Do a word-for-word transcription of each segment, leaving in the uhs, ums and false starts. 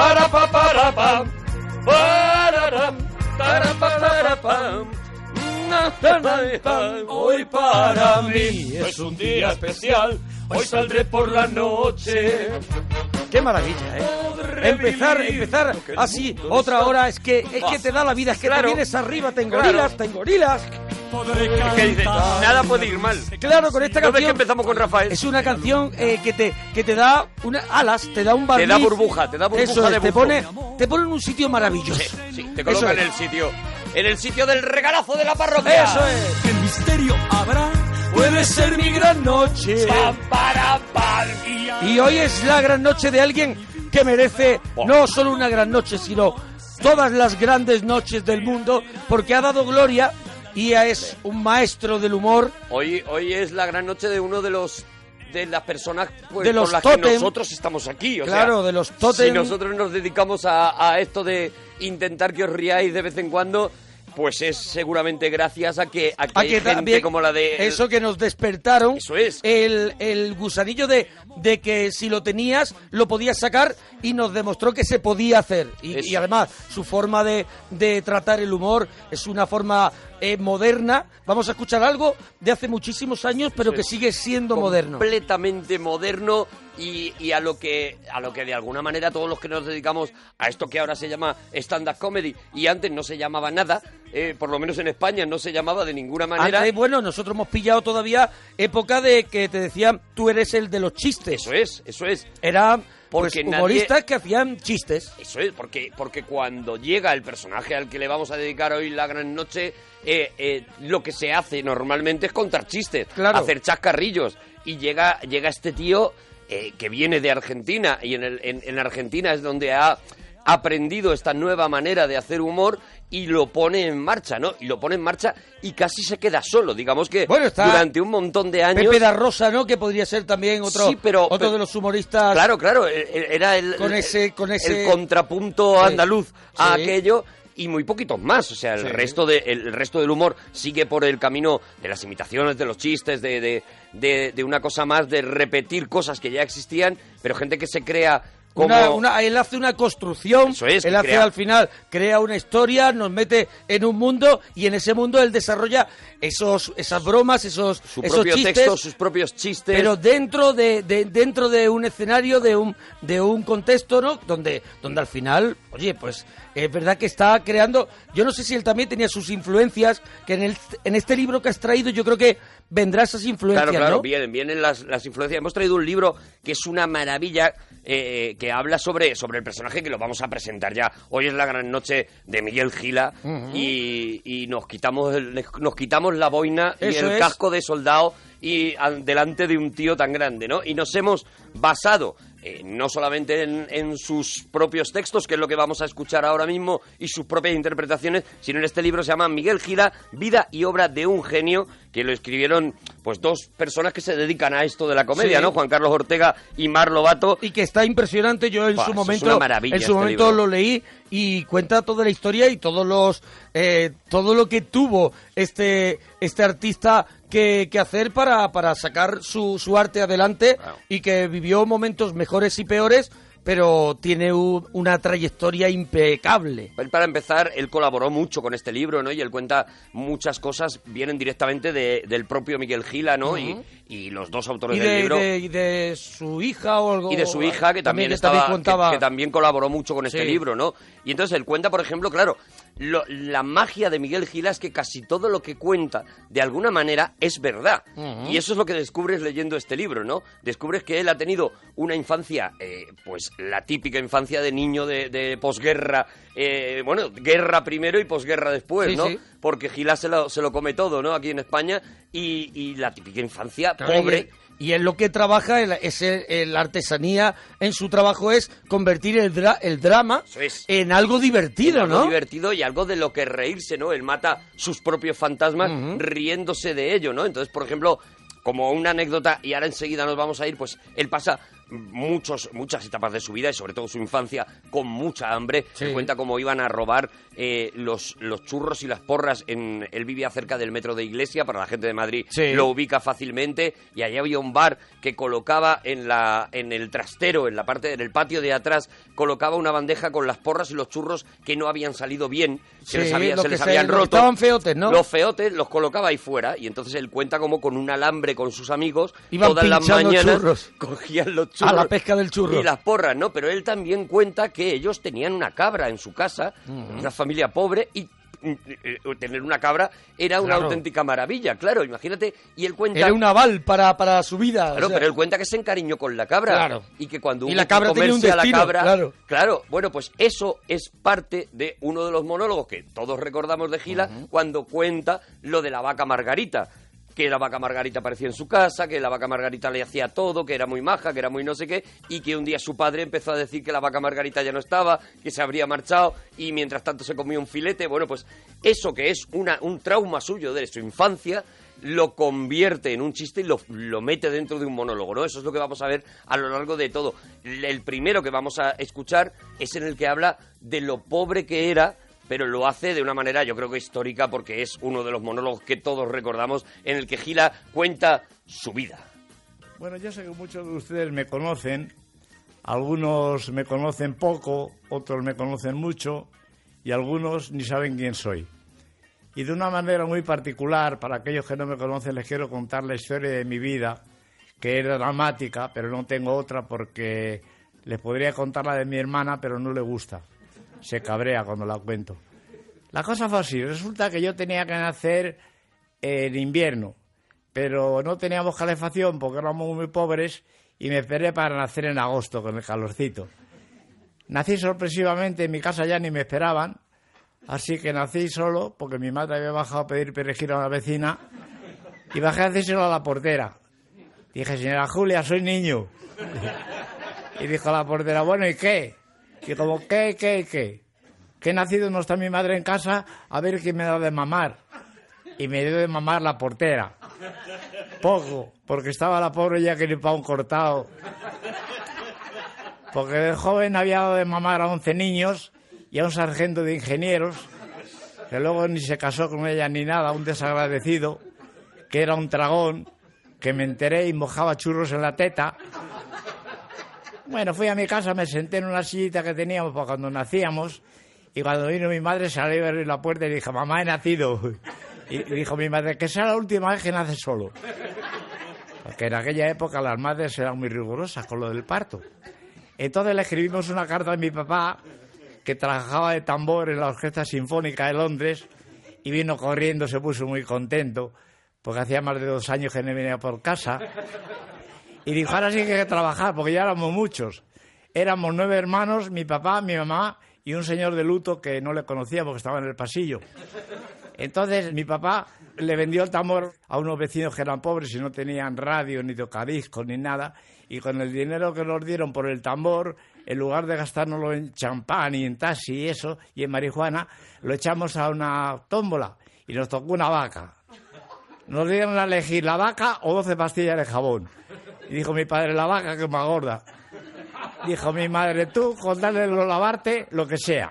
para pa para pam, para para para pam. Hoy para mí es un día especial. Hoy saldré por la noche. Qué maravilla, ¿eh? Empezar, empezar así otra hora es que es que te da la vida, es que claro. te vienes arriba, te engorilas, Claro. te engorilas. Es que dice, nada puede ir mal. Claro, con esta ¿No ves canción que empezamos con Rafael? es una canción eh, que te que te da unas alas, te da un barniz. Te da burbuja, te da burbuja Eso es, de te bufo. pone te pone en un sitio maravilloso. Sí, sí, te coloca Eso en es. el sitio, en el sitio del regalazo de la parroquia. Eso es. El misterio habrá. Puede ser mi gran noche. Pam, para, pam. Y hoy es la gran noche de alguien que merece Oh. no solo una gran noche, sino todas las grandes noches del mundo, porque ha dado gloria y es un maestro del humor. Hoy, hoy es la gran noche de uno de los de las personas pues, De los por las tótem. que nosotros estamos aquí. O Claro, sea, de los tótem. Si nosotros nos dedicamos a, a esto de intentar que os riáis de vez en cuando, pues es seguramente gracias a que, a que A hay que gente también como la de... eso que nos despertaron. Eso es. El, el gusanillo de, de que si lo tenías, lo podías sacar y nos demostró que se podía hacer. Y, Eso. y además, su forma de, de tratar el humor es una forma eh, moderna. Vamos a escuchar algo de hace muchísimos años, pero que sigue siendo moderno. Completamente moderno y, y a lo que a lo que de alguna manera todos los que nos dedicamos a esto que ahora se llama stand-up comedy y antes no se llamaba nada, eh, por lo menos en España no se llamaba de ninguna manera. Antes, bueno, nosotros hemos pillado todavía época de que te decían, tú eres el de los chistes. Eso es, eso es. Eran pues, Porque nadie- humoristas que hacían chistes. Eso es, porque, porque cuando llega el personaje al que le vamos a dedicar hoy la gran noche, eh, eh, lo que se hace normalmente es contar chistes, Claro. hacer chascarrillos. Y llega, llega este tío eh, que viene de Argentina, y en, el, en, en Argentina es donde ha aprendido esta nueva manera de hacer humor y lo pone en marcha, ¿no? Y lo pone en marcha y casi se queda solo. Digamos que Bueno, está durante un montón de años... Pepe da Rosa, ¿no? Que podría ser también otro, Sí, pero- otro pero- de los humoristas. Claro, claro, e- e- era el, Con ese- con ese- el contrapunto Sí. andaluz a Sí. aquello y muy poquitos más. O sea, el Sí. resto de el resto del humor sigue por el camino de las imitaciones, de los chistes, de, de, de, de una cosa más, de repetir cosas que ya existían, pero gente que se crea como... Una, una- él hace una construcción, Eso es, él que hace crea- al final, crea una historia, nos mete en un mundo y en ese mundo él desarrolla esos, esas bromas, esos, su esos propio chistes, texto, sus propios chistes. pero dentro de, de- dentro de un escenario, de un de un contexto, ¿no? Donde donde al final, oye, pues es verdad que está creando. Yo no sé si él también tenía sus influencias, que en el en este libro que has traído yo creo que vendrá esas influencias, Claro, claro, ¿no? vienen, vienen las, las influencias. Hemos traído un libro que es una maravilla, eh, que habla sobre, sobre el personaje que lo vamos a presentar ya. Hoy es la gran noche de Miguel Gila y, y nos quitamos el- nos quitamos la boina y Eso el es. casco de soldado y al- delante de un tío tan grande, ¿no? Y nos hemos basado eh, no solamente en, en sus propios textos, que es lo que vamos a escuchar ahora mismo, y sus propias interpretaciones, sino en este libro se llama Miguel Gila, Vida y Obra de un Genio, que lo escribieron pues dos personas que se dedican a esto de la comedia, Sí. ¿no? Juan Carlos Ortega y Mar Lobato. Y que está impresionante. Yo en Buah, su eso es momento, una maravilla en su este momento libro. lo leí y cuenta toda la historia y todos los, eh, todo lo que tuvo este, este artista que, que hacer para, para sacar su, su arte adelante Claro. y que vivió momentos mejores y peores, pero tiene un- una trayectoria impecable. Él, para empezar, él colaboró mucho con este libro, ¿no? Y él cuenta muchas cosas, vienen directamente de- del propio Miguel Gila, ¿no? y, y los dos autores Y del de, libro... de- y de su hija o algo. Y de su hija, que también, que estaba, que- contaba. que, también colaboró mucho con este Sí. libro, ¿no? Y entonces él cuenta, por ejemplo, claro, lo- la magia de Miguel Gila es que casi todo lo que cuenta, de alguna manera, es verdad. Y eso es lo que descubres leyendo este libro, ¿no? Descubres que él ha tenido una infancia, eh, pues la típica infancia de niño de, de posguerra, eh, bueno, guerra primero y posguerra después, Sí, ¿no? sí. Porque Gila se lo, se lo come todo, ¿no? Aquí en España, y, y la típica infancia Claro, pobre... Y, y él lo que trabaja, el- es el- el- la artesanía en su trabajo es convertir el, dra- el drama Eso es. en algo divertido, algo ¿no? divertido y algo de lo que reírse, ¿no? Él mata sus propios fantasmas riéndose de ello, ¿no? Entonces, por ejemplo, como una anécdota, y ahora enseguida nos vamos a ir, pues él pasa muchos, muchas etapas de su vida y sobre todo su infancia con mucha hambre. Sí. Él cuenta cómo iban a robar eh, los, los churros y las porras. En, él vivía cerca del metro de Iglesia, para la gente de Madrid Sí. lo ubica fácilmente, y allí había un bar que colocaba en, la, en el trastero, en la parte del patio de atrás, colocaba una bandeja con las porras y los churros que no habían salido bien, que Sí, les había- los se que les se- habían los que roto. estaban feotes, ¿no? Los feotes los colocaba ahí fuera, y entonces él cuenta como con un alambre con sus amigos, Iban todas las pinchando mañanas churros. cogían los A churros la pesca del churro. y las porras, ¿no? Pero él también cuenta que ellos tenían una cabra en su casa, una familia pobre, y mm, eh, tener una cabra era una Claro. auténtica maravilla, claro, imagínate. Y él cuenta... Era un aval para, para su vida. Claro, o sea, pero él cuenta que se encariñó con la cabra. Claro. Y que cuando Y hubo la cabra que tenía un comerse a la destino, cabra... claro. Claro, bueno, pues eso es parte de uno de los monólogos que todos recordamos de Gila, cuando cuenta lo de la vaca Margarita. Que la vaca Margarita aparecía en su casa, que la vaca Margarita le hacía todo, que era muy maja, que era muy no sé qué, y que un día su padre empezó a decir que la vaca Margarita ya no estaba, que se habría marchado, y mientras tanto se comía un filete. Bueno, pues eso que es una, un trauma suyo de su infancia, lo convierte en un chiste y lo, lo mete dentro de un monólogo, ¿no? Eso es lo que vamos a ver a lo largo de todo. El primero que vamos a escuchar es en el que habla de lo pobre que era, pero lo hace de una manera, yo creo que histórica, porque es uno de los monólogos que todos recordamos, en el que Gila cuenta su vida. Bueno, yo sé que muchos de ustedes me conocen, algunos me conocen poco, otros me conocen mucho y algunos ni saben quién soy. Y de una manera muy particular, para aquellos que no me conocen, les quiero contar la historia de mi vida, que era dramática, pero no tengo otra porque les podría contar la de mi hermana, pero no le gusta. Se cabrea cuando la cuento. La cosa fue así. Resulta que yo tenía que nacer en invierno, pero no teníamos calefacción porque éramos muy pobres y me esperé para nacer en agosto con el calorcito. Nací sorpresivamente, en mi casa ya ni me esperaban, así que nací solo porque mi madre había bajado a pedir perejil a una vecina y bajé a decírselo a la portera. Dije, señora Julia, soy niño. Y dijo la portera, bueno, ¿y qué? Y como, ¿qué, qué, qué? Que he nacido, no está mi madre en casa, a ver quién me da de mamar. Y me dio de mamar la portera. Poco, porque estaba la pobre ya que ni pa' un cortado. Porque de joven había dado de mamar a once niños y a un sargento de ingenieros, que luego ni se casó con ella ni nada, un desagradecido, que era un tragón, que me enteré y mojaba churros en la teta. Bueno, fui a mi casa, me senté en una sillita que teníamos para cuando nacíamos, y cuando vino mi madre salí a abrir la puerta y dije, mamá, he nacido. Y dijo mi madre, que sea la última vez que nace solo. Porque en aquella época las madres eran muy rigurosas con lo del parto. Entonces le escribimos una carta a mi papá, que trabajaba de tambor en la Orquesta Sinfónica de Londres, y vino corriendo, se puso muy contento, porque hacía más de dos años que no venía por casa. Y dijo, ahora sí que hay que trabajar, porque ya éramos muchos. Éramos nueve hermanos, mi papá, mi mamá y un señor de luto que no le conocía porque estaba en el pasillo. Entonces mi papá le vendió el tambor a unos vecinos que eran pobres y no tenían radio, ni tocadiscos, ni nada. Y con el dinero que nos dieron por el tambor, en lugar de gastárnoslo en champán y en taxi y eso, y en marihuana, lo echamos a una tómbola y nos tocó una vaca. Nos dieron a elegir la vaca o doce pastillas de jabón. Y dijo mi padre, la vaca, que es más gorda. Dijo mi madre, tú, con darle lo lavarte, lo que sea.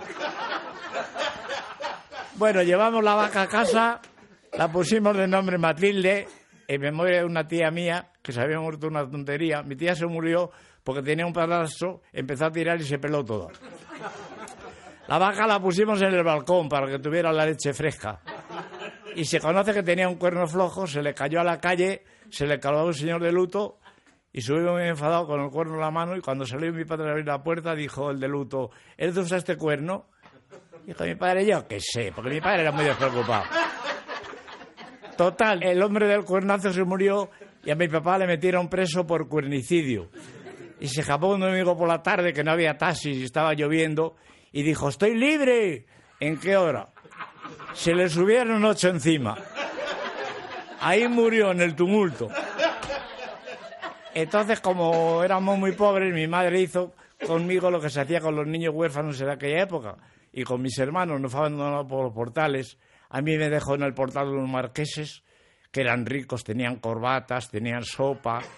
Bueno, llevamos la vaca a casa, la pusimos de nombre Matilde, en memoria de una tía mía, que se había muerto una tontería. Mi tía se murió porque tenía un padrastro, empezó a tirar y se peló toda. La vaca la pusimos en el balcón para que tuviera la leche fresca. Y se conoce que tenía un cuerno flojo, se le cayó a la calle, se le caló a un señor de luto y subió muy enfadado con el cuerno en la mano, y cuando salió mi padre a abrir la puerta dijo el de luto, ¿él usa este cuerno? Dijo mi padre, yo qué sé, porque mi padre era muy despreocupado. Total, el hombre del cuernazo se murió y a mi papá le metieron preso por cuernicidio. Y se escapó un domingo por la tarde que no había taxis y estaba lloviendo y dijo, ¡estoy libre! ¿En qué hora? Se le subieron ocho encima. Ahí murió en el tumulto. Entonces, como éramos muy pobres, mi madre hizo conmigo lo que se hacía con los niños huérfanos en aquella época. Y con mis hermanos nos fue abandonado por los portales. A mí me dejó en el portal de unos marqueses que eran ricos, tenían corbatas, tenían sopa,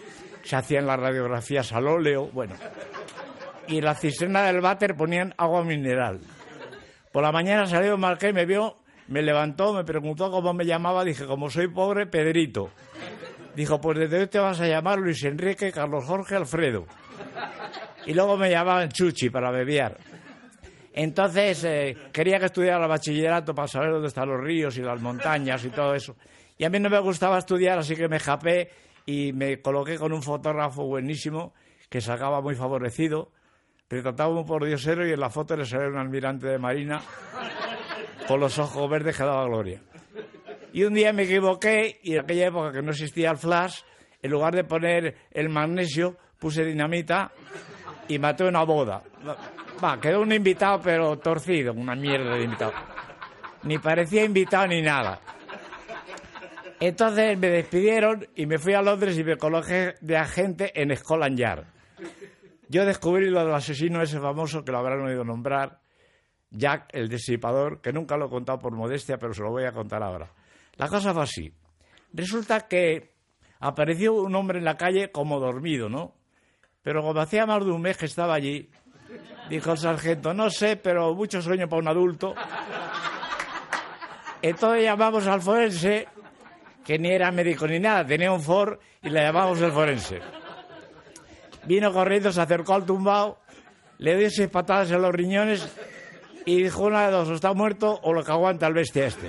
se hacían las radiografías al óleo, bueno. Y en la cisterna del váter ponían agua mineral. Por la mañana salió Marqués, me vio, me levantó, me preguntó cómo me llamaba, dije, como soy pobre, Pedrito. Dijo, pues desde hoy te vas a llamar Luis Enrique, Carlos Jorge, Alfredo. Y luego me llamaban Chuchi para bebear. Entonces eh, quería que estudiara el bachillerato para saber dónde están los ríos y las montañas y todo eso. Y a mí no me gustaba estudiar, así que me japé y me coloqué con un fotógrafo buenísimo que sacaba muy favorecido. Retrataba un pordiosero y en la foto le salía un almirante de marina con los ojos verdes que daba gloria. Y un día me equivoqué y en aquella época que no existía el flash, en lugar de poner el magnesio, puse dinamita y maté una boda. Va, quedó un invitado pero torcido, una mierda de invitado. Ni parecía invitado ni nada. Entonces me despidieron y me fui a Londres y me coloqué de agente en Scotland Yard. Yo descubrí lo del asesino ese famoso que lo habrán oído nombrar, Jack el Destripador, que nunca lo he contado por modestia, pero se lo voy a contar ahora. La cosa fue así. Resulta que apareció un hombre en la calle como dormido, ¿no? Pero como hacía más de un mes que estaba allí, dijo el sargento, no sé, pero mucho sueño para un adulto. Entonces llamamos al forense, que ni era médico ni nada, tenía un Ford y le llamamos el forense. Vino corriendo, se acercó al tumbao, le dio seis patadas en los riñones y dijo una de dos, o está muerto o lo que aguanta el bestia este.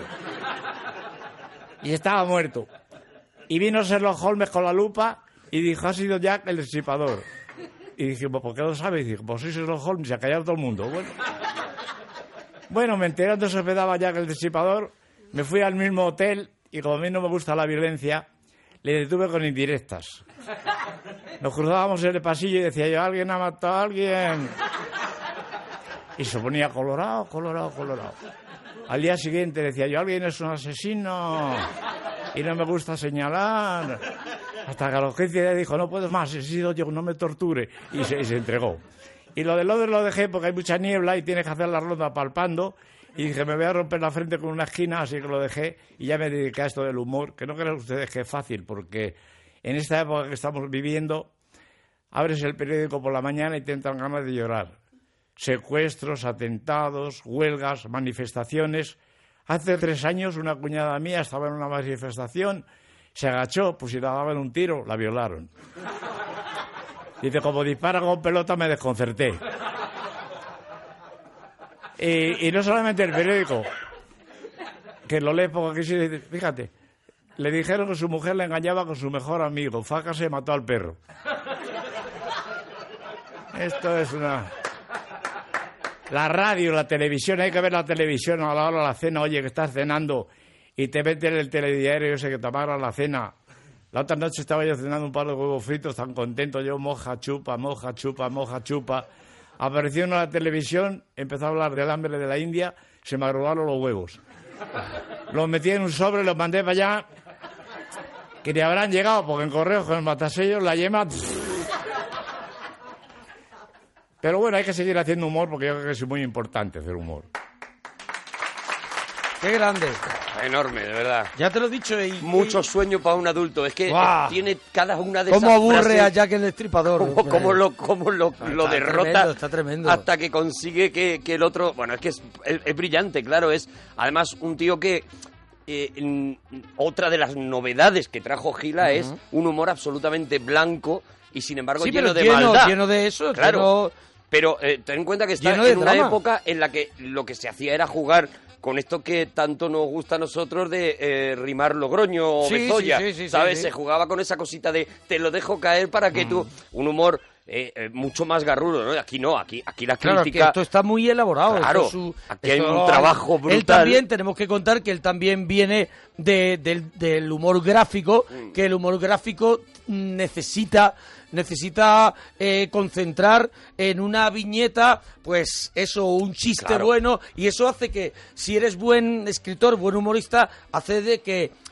Y estaba muerto. Y vino Sherlock Holmes con la lupa y dijo, ha sido Jack el Destripador. Y dijimos, ¿por qué lo sabe? Y dijo, pues soy Sherlock Holmes y a callar todo el mundo. Bueno, bueno me enteré dónde se hospedaba Jack el Destripador, me fui al mismo hotel y como a mí no me gusta la violencia, le detuve con indirectas. Nos cruzábamos en el pasillo y decía yo, alguien ha matado a alguien. Y se ponía colorado, colorado, colorado. Al día siguiente decía yo, alguien es un asesino y no me gusta señalar. Hasta que a los quince días dijo, no puedo más, he sido yo, no me torture. Y se, y se entregó. Y lo de Londres lo dejé porque hay mucha niebla y tienes que hacer la ronda palpando. Y dije, me voy a romper la frente con una esquina, así que lo dejé. Y ya me dediqué a esto del humor, que no crean ustedes que es fácil, porque en esta época que estamos viviendo, abres el periódico por la mañana y te entran ganas de llorar. Secuestros, atentados, huelgas, manifestaciones. Hace tres años una cuñada mía estaba en una manifestación, se agachó, pues si la daban un tiro, la violaron. Dice, como dispara con pelota me desconcerté. Y, y no solamente el periódico, que lo lee porque aquí sí, fíjate, le dijeron que su mujer le engañaba con su mejor amigo, Faca se mató al perro. Esto es una... La radio, la televisión, hay que ver la televisión a la hora de la cena, oye, que estás cenando y te meten el telediario ese que te amarra la cena. La otra noche estaba yo cenando un par de huevos fritos, tan contento, yo moja, chupa, moja, chupa, moja, chupa. Apareció en la televisión, empezó a hablar del hambre de la India, se me arrugaron los huevos. Los metí en un sobre, los mandé para allá, que te habrán llegado, porque en correo con el matasellos, la yema... Pero bueno, hay que seguir haciendo humor porque yo creo que es muy importante hacer humor. ¡Qué grande! Enorme, de verdad. Ya te lo he dicho. Y, Mucho y... sueño para un adulto. Es que ¡Guau! Tiene cada una de ¿Cómo esas aburre frases, a Jack el Destripador? Cómo, cómo lo, cómo lo, Está lo derrota tremendo, está tremendo. hasta que consigue que, que el otro... Bueno, es que es, es, es brillante, claro. Es además un tío que... Eh, en, otra de las novedades que trajo Gila uh-huh. es un humor absolutamente blanco y sin embargo sí, lleno de lleno, maldad. Lleno de eso, claro. Lleno... Pero eh, ten en cuenta que está Lleno de en una drama. época en la que lo que se hacía era jugar con esto que tanto nos gusta a nosotros de eh, rimar Logroño o sí, Bezoya, sí, sí, sí, ¿sabes? sí, sí. Se jugaba con esa cosita de te lo dejo caer para que mm. tú... Un humor eh, eh, mucho más garrudo, ¿no? Aquí no, aquí, aquí la claro, crítica... que esto está muy elaborado. Claro, esto es su, aquí esto, hay un trabajo brutal. Él también, tenemos que contar que él también viene de, del, del humor gráfico, mm. que el humor gráfico necesita... necesita eh, concentrar en una viñeta, pues eso, un chiste claro. bueno, y eso hace que, si eres buen escritor, buen humorista, hace de que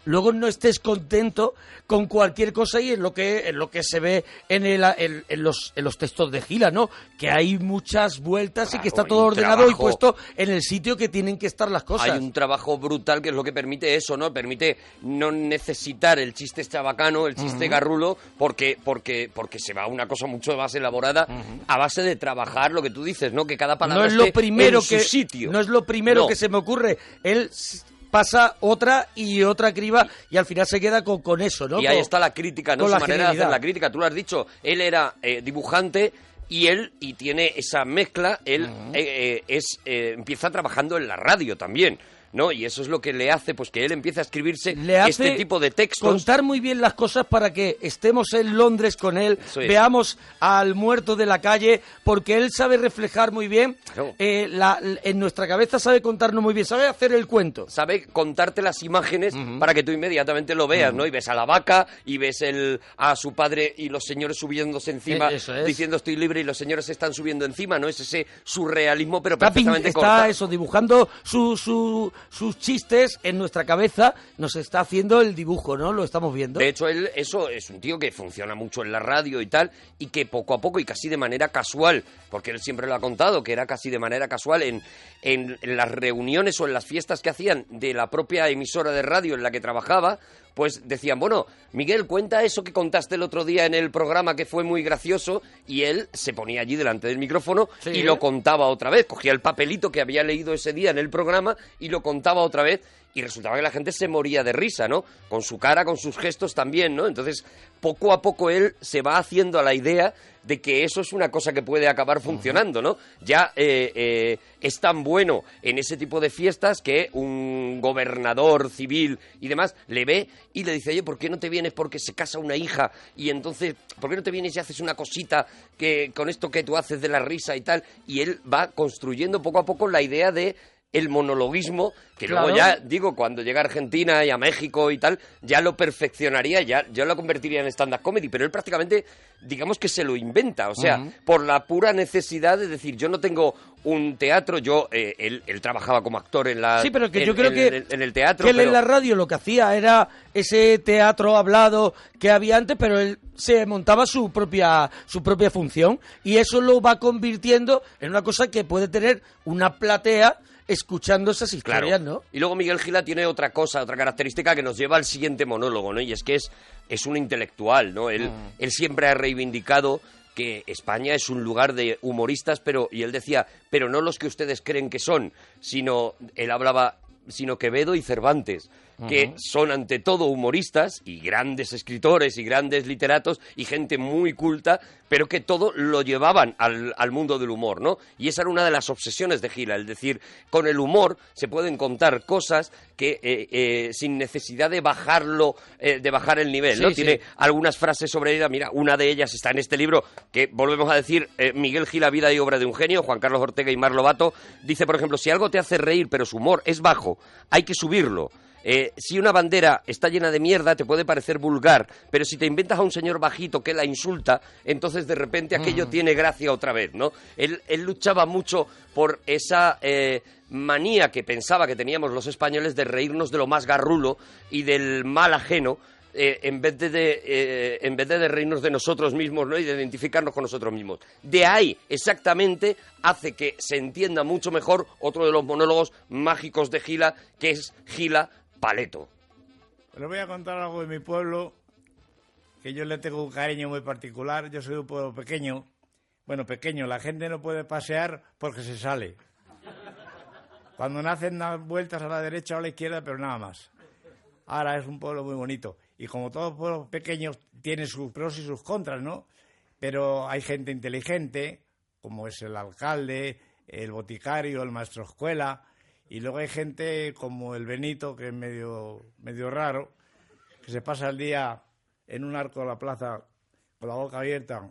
luego no estés contento con cualquier cosa, y es lo que es lo que se ve en, el, en, en, los, en los textos de Gila, ¿no? Que hay muchas vueltas claro, y que está todo ordenado trabajo, y puesto en el sitio que tienen que estar las cosas. Hay un trabajo brutal que es lo que permite eso, ¿no? Permite no necesitar el chiste chabacano, el chiste uh-huh. garrulo, porque, porque, porque se va a una cosa mucho más elaborada uh-huh. a base de trabajar lo que tú dices, ¿no? Que cada palabra no es lo esté primero en que, su sitio. No es lo primero no. que se me ocurre. Él pasa otra y otra criba y al final se queda con, con eso, ¿no? Y ahí con, está la crítica, ¿no? Su manera genialidad. de hacer la crítica. Tú lo has dicho, él era eh, dibujante y él, y tiene esa mezcla, él uh-huh. eh, eh, es eh, empieza trabajando en la radio también, ¿no? Y eso es lo que le hace, pues que él empiece a escribirse le hace este tipo de textos. Contar muy bien las cosas para que estemos en Londres con él, veamos al muerto de la calle, porque él sabe reflejar muy bien, claro. eh, la, en nuestra cabeza sabe contarnos muy bien, sabe hacer el cuento. Sabe contarte las imágenes uh-huh. para que tú inmediatamente lo veas, uh-huh. ¿no? Y ves a la vaca, y ves el, a su padre y los señores subiéndose encima, eh, es. diciendo estoy libre, y los señores se están subiendo encima, ¿no? Es ese surrealismo, pero perfectamente está cortado. Está eso, dibujando su... su sus chistes en nuestra cabeza, nos está haciendo el dibujo, ¿no? Lo estamos viendo. De hecho, él eso es un tío que funciona mucho en la radio y tal, y que poco a poco y casi de manera casual, porque él siempre lo ha contado, que era casi de manera casual en, en, en las reuniones o en las fiestas que hacían de la propia emisora de radio en la que trabajaba, pues decían, bueno, Miguel, cuenta eso que contaste el otro día en el programa que fue muy gracioso, y él se ponía allí delante del micrófono sí. y lo contaba otra vez, cogía el papelito que había leído ese día en el programa y lo contaba otra vez, y resultaba que la gente se moría de risa, ¿no? Con su cara, con sus gestos también, ¿no? Entonces, poco a poco él se va haciendo a la idea de que eso es una cosa que puede acabar funcionando, ¿no? Ya eh, eh, es tan bueno en ese tipo de fiestas que un gobernador civil y demás le ve y le dice, oye, ¿por qué no te vienes porque se casa una hija? Y entonces, ¿por qué no te vienes y haces una cosita que con esto que tú haces de la risa y tal? Y él va construyendo poco a poco la idea de el monologuismo, que claro. luego ya, digo, cuando llega a Argentina y a México y tal, ya lo perfeccionaría, ya, ya lo convertiría en stand-up comedy, pero él prácticamente, digamos que se lo inventa, o sea, uh-huh. por la pura necesidad de decir, yo no tengo un teatro, yo, eh, él, él trabajaba como actor en la... Sí, pero que en, yo creo en, que, en, en el teatro, que él pero... en la radio lo que hacía era ese teatro hablado que había antes, pero él se montaba su propia, su propia función, y eso lo va convirtiendo en una cosa que puede tener una platea escuchando esas historias, claro. ¿no? Y luego Miguel Gila tiene otra cosa, otra característica que nos lleva al siguiente monólogo, ¿no? Y es que es, es un intelectual, ¿no? Él, mm. él siempre ha reivindicado que España es un lugar de humoristas, pero, y él decía, pero no los que ustedes creen que son, sino, él hablaba, sino Quevedo y Cervantes, que uh-huh. son ante todo humoristas y grandes escritores y grandes literatos y gente muy culta, pero que todo lo llevaban al, al mundo del humor, ¿no? Y esa era una de las obsesiones de Gila, el decir, con el humor se pueden contar cosas que eh, eh, sin necesidad de bajarlo, eh, de bajar el nivel, ¿no? Sí, Tiene sí. algunas frases sobre ella, mira, una de ellas está en este libro, que volvemos a decir, eh, Miguel Gila, Vida y obra de un genio, Juan Carlos Ortega y Mar Lobato, dice, por ejemplo, si algo te hace reír pero su humor es bajo, hay que subirlo. Eh, si una bandera está llena de mierda te puede parecer vulgar, pero si te inventas a un señor bajito que la insulta, entonces de repente aquello mm. tiene gracia otra vez, ¿no? Él, él luchaba mucho por esa eh, manía que pensaba que teníamos los españoles de reírnos de lo más garrulo y del mal ajeno, eh, en vez de, de eh, en vez de, de reírnos de nosotros mismos, ¿no? Y de identificarnos con nosotros mismos. De ahí exactamente hace que se entienda mucho mejor otro de los monólogos mágicos de Gila, que es Gila Paleto. Les voy a contar algo de mi pueblo, que yo le tengo un cariño muy particular. Yo soy de un pueblo pequeño. Bueno, pequeño, la gente no puede pasear porque se sale. Cuando nacen dan vueltas a la derecha o a la izquierda, pero nada más. Ahora es un pueblo muy bonito. Y como todos pueblos pequeños, tiene sus pros y sus contras, ¿no? Pero hay gente inteligente, como es el alcalde, el boticario, el maestro escuela. Y luego hay gente como el Benito, que es medio, medio raro, que se pasa el día en un arco de la plaza con la boca abierta.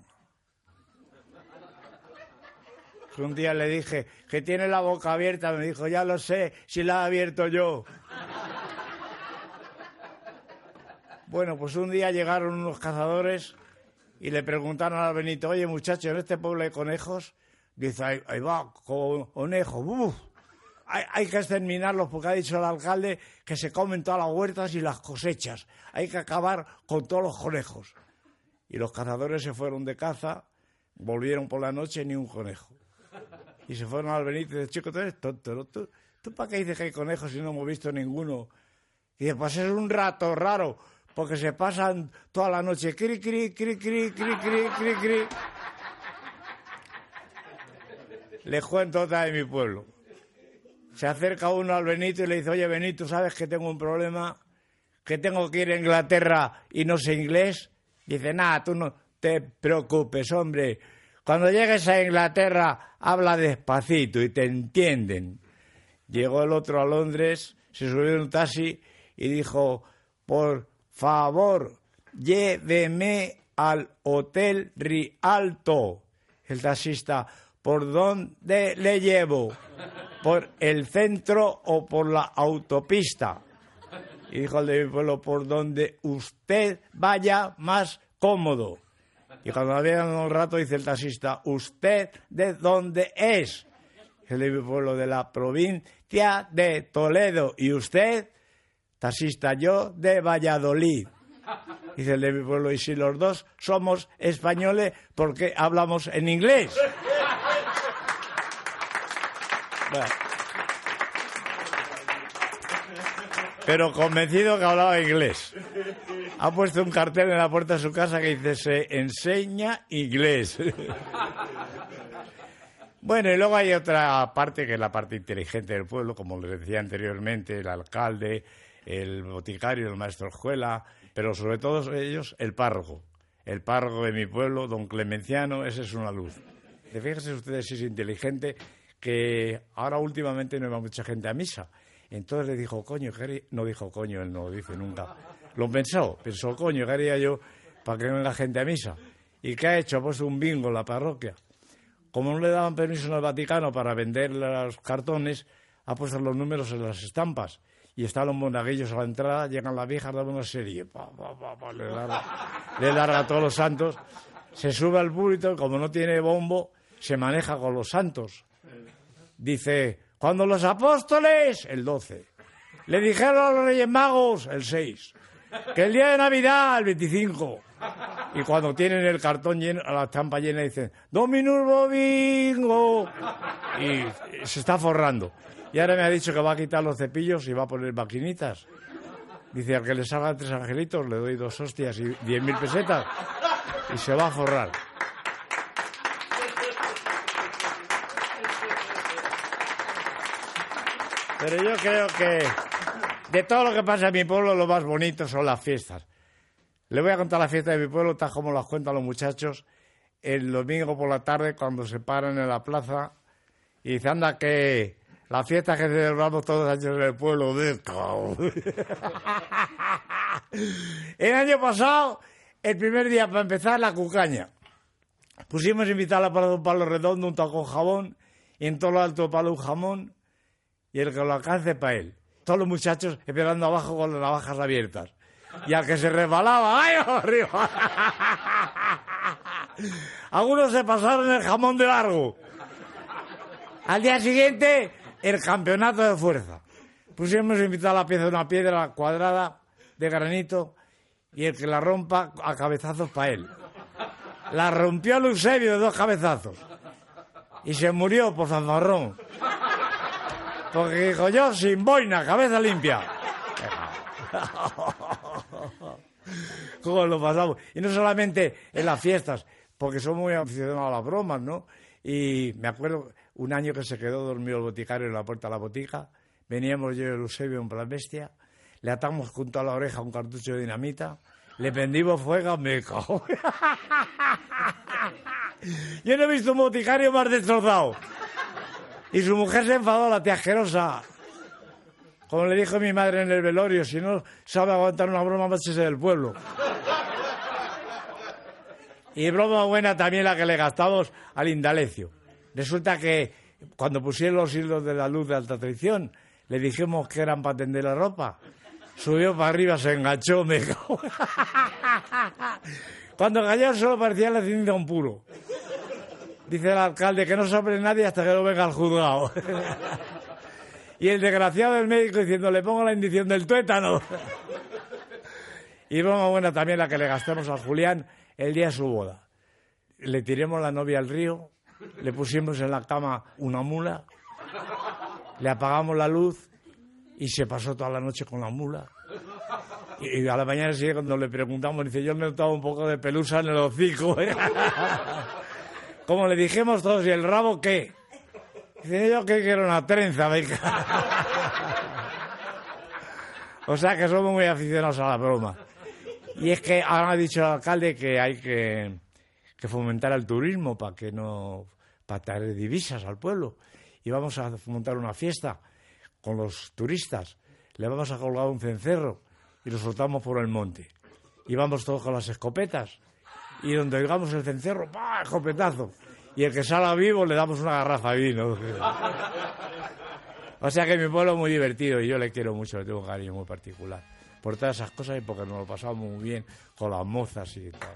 Un día le dije, que tiene la boca abierta, me dijo, ya lo sé, si la he abierto yo. Bueno, pues un día llegaron unos cazadores y le preguntaron al Benito, oye muchacho, ¿en este pueblo hay conejos? Dice, ahí, ahí va, conejo, ¡uf! hay, hay que exterminarlos porque ha dicho el alcalde que se comen todas las huertas y las cosechas. Hay que acabar con todos los conejos. Y los cazadores se fueron de caza, volvieron por la noche, ni un conejo. Y se fueron al Benito y dice, chico, tú eres tonto, ¿no? ¿Tú, ¿Tú para qué dices que hay conejos si no hemos visto ninguno? Y dice, pues es un rato raro, porque se pasan toda la noche cri, cri, cri, cri, cri, cri, cri, cri. Les cuento otra de mi pueblo. Se acerca uno al Benito y le dice, oye, Benito, ¿sabes que tengo un problema? Que tengo que ir a Inglaterra y no sé inglés. Dice, nada, tú no te preocupes, hombre. Cuando llegues a Inglaterra, habla despacito y te entienden. Llegó el otro a Londres, se subió en un taxi y dijo, por favor, lléveme al Hotel Rialto. El taxista, ¿por dónde le llevo? ¿Por el centro o por la autopista? Y dijo el de mi pueblo, por donde usted vaya más cómodo. Y cuando había dado un rato, dice el taxista, ¿usted de dónde es? El de mi pueblo, de la provincia de Toledo. ¿Y usted? Taxista, yo de Valladolid. Dice el de mi pueblo, y si los dos somos españoles, ¿por qué hablamos en inglés? Bueno. Pero convencido que hablaba inglés. Ha puesto un cartel en la puerta de su casa que dice, se enseña inglés. Bueno, y luego hay otra parte que es la parte inteligente del pueblo, como les decía anteriormente, el alcalde, el boticario, el maestro de escuela, pero sobre todo ellos, el párroco. El párroco de mi pueblo, don Clemenciano, ese es una luz. Fíjense ustedes si es inteligente, que ahora últimamente no va mucha gente a misa. Entonces le dijo, coño, ¿qué haría? No dijo coño, él no lo dice nunca. Lo pensó, pensó, coño, ¿qué haría yo para que no venga gente a misa? ¿Y qué ha hecho? Ha puesto un bingo en la parroquia. Como no le daban permiso en el Vaticano para vender los cartones, ha puesto los números en las estampas. Y están los monaguillos a la entrada, llegan las viejas, dan una serie, pa, pa, pa, pa, le, larga, le larga a todos los santos, se sube al púlpito, como no tiene bombo, se maneja con los santos. Dice, cuando los apóstoles, el doce, le dijeron a los Reyes Magos, el seis, que el día de Navidad, el veinticinco, y cuando tienen el cartón lleno, la estampa llena, dicen, Dominus Bobingo, y se está forrando. Y ahora me ha dicho que va a quitar los cepillos y va a poner maquinitas. Dice, al que le salgan tres angelitos, le doy dos hostias y diez mil pesetas, y se va a forrar. Pero yo creo que de todo lo que pasa en mi pueblo, lo más bonito son las fiestas. Le voy a contar la fiesta de mi pueblo, tal como las cuentan los muchachos, el domingo por la tarde, cuando se paran en la plaza y dicen, anda, que la fiesta que celebramos todos los años en el pueblo de... El año pasado, el primer día, para empezar, la cucaña. Pusimos invitarla para un palo redondo, un taco jabón, y en todo lo alto palo un jamón, y el que lo alcance para él. Todos los muchachos esperando abajo con las navajas abiertas. Y al que se resbalaba, ¡ay, arriba! Algunos se pasaron el jamón de largo. Al día siguiente, el campeonato de fuerza. Pusimos invitar la pieza de una piedra cuadrada de granito y el que la rompa a cabezazos para él. La rompió el Eusebio de dos cabezazos. Y se murió por fanfarrón. Porque dijo yo, sin boina, cabeza limpia. ¿Cómo lo pasamos? Y no solamente en las fiestas, porque somos muy aficionados a las bromas, ¿no? Y me acuerdo un año que se quedó dormido el boticario en la puerta de la botica, veníamos yo y el Eusebio en plan bestia, le atamos junto a la oreja un cartucho de dinamita, le prendimos fuego, me cago. Yo no he visto un boticario más destrozado. Y su mujer se enfadó, la tía asquerosa. Como le dijo mi madre en el velorio, si no sabe aguantar una broma, máchese del pueblo. Y broma buena también la que le gastamos al Indalecio. Resulta que cuando pusieron los hilos de la luz de alta tensión, le dijimos que eran para tender la ropa. Subió para arriba, se enganchó, me cago. Cuando cayó solo parecía la cinta un puro. Dice el alcalde que no sobre nadie hasta que no venga al juzgado. Y el desgraciado del médico diciendo, le pongo la inyección del tuétano. Y broma buena también la que le gastamos a Julián el día de su boda. Le tiremos la novia al río, le pusimos en la cama una mula, le apagamos la luz y se pasó toda la noche con la mula. Y a la mañana siguiente cuando le preguntamos, dice, yo me he notado un poco de pelusa en el hocico. Como le dijimos todos, ¿y el rabo qué? Dice, yo que quiero una trenza, venga. O sea que somos muy aficionados a la broma. Y es que ahora ha dicho el alcalde que hay que, que fomentar el turismo para que no, para traer divisas al pueblo. Y vamos a montar una fiesta con los turistas. Le vamos a colgar un cencerro y lo soltamos por el monte. Y vamos todos con las escopetas. Y donde oigamos el cencerro, ¡pah! Escopetazo. Y el que salga vivo le damos una garrafa de vino. O sea que mi pueblo es muy divertido y yo le quiero mucho, le tengo un cariño muy particular. Por todas esas cosas y porque nos lo pasamos muy bien con las mozas y tal.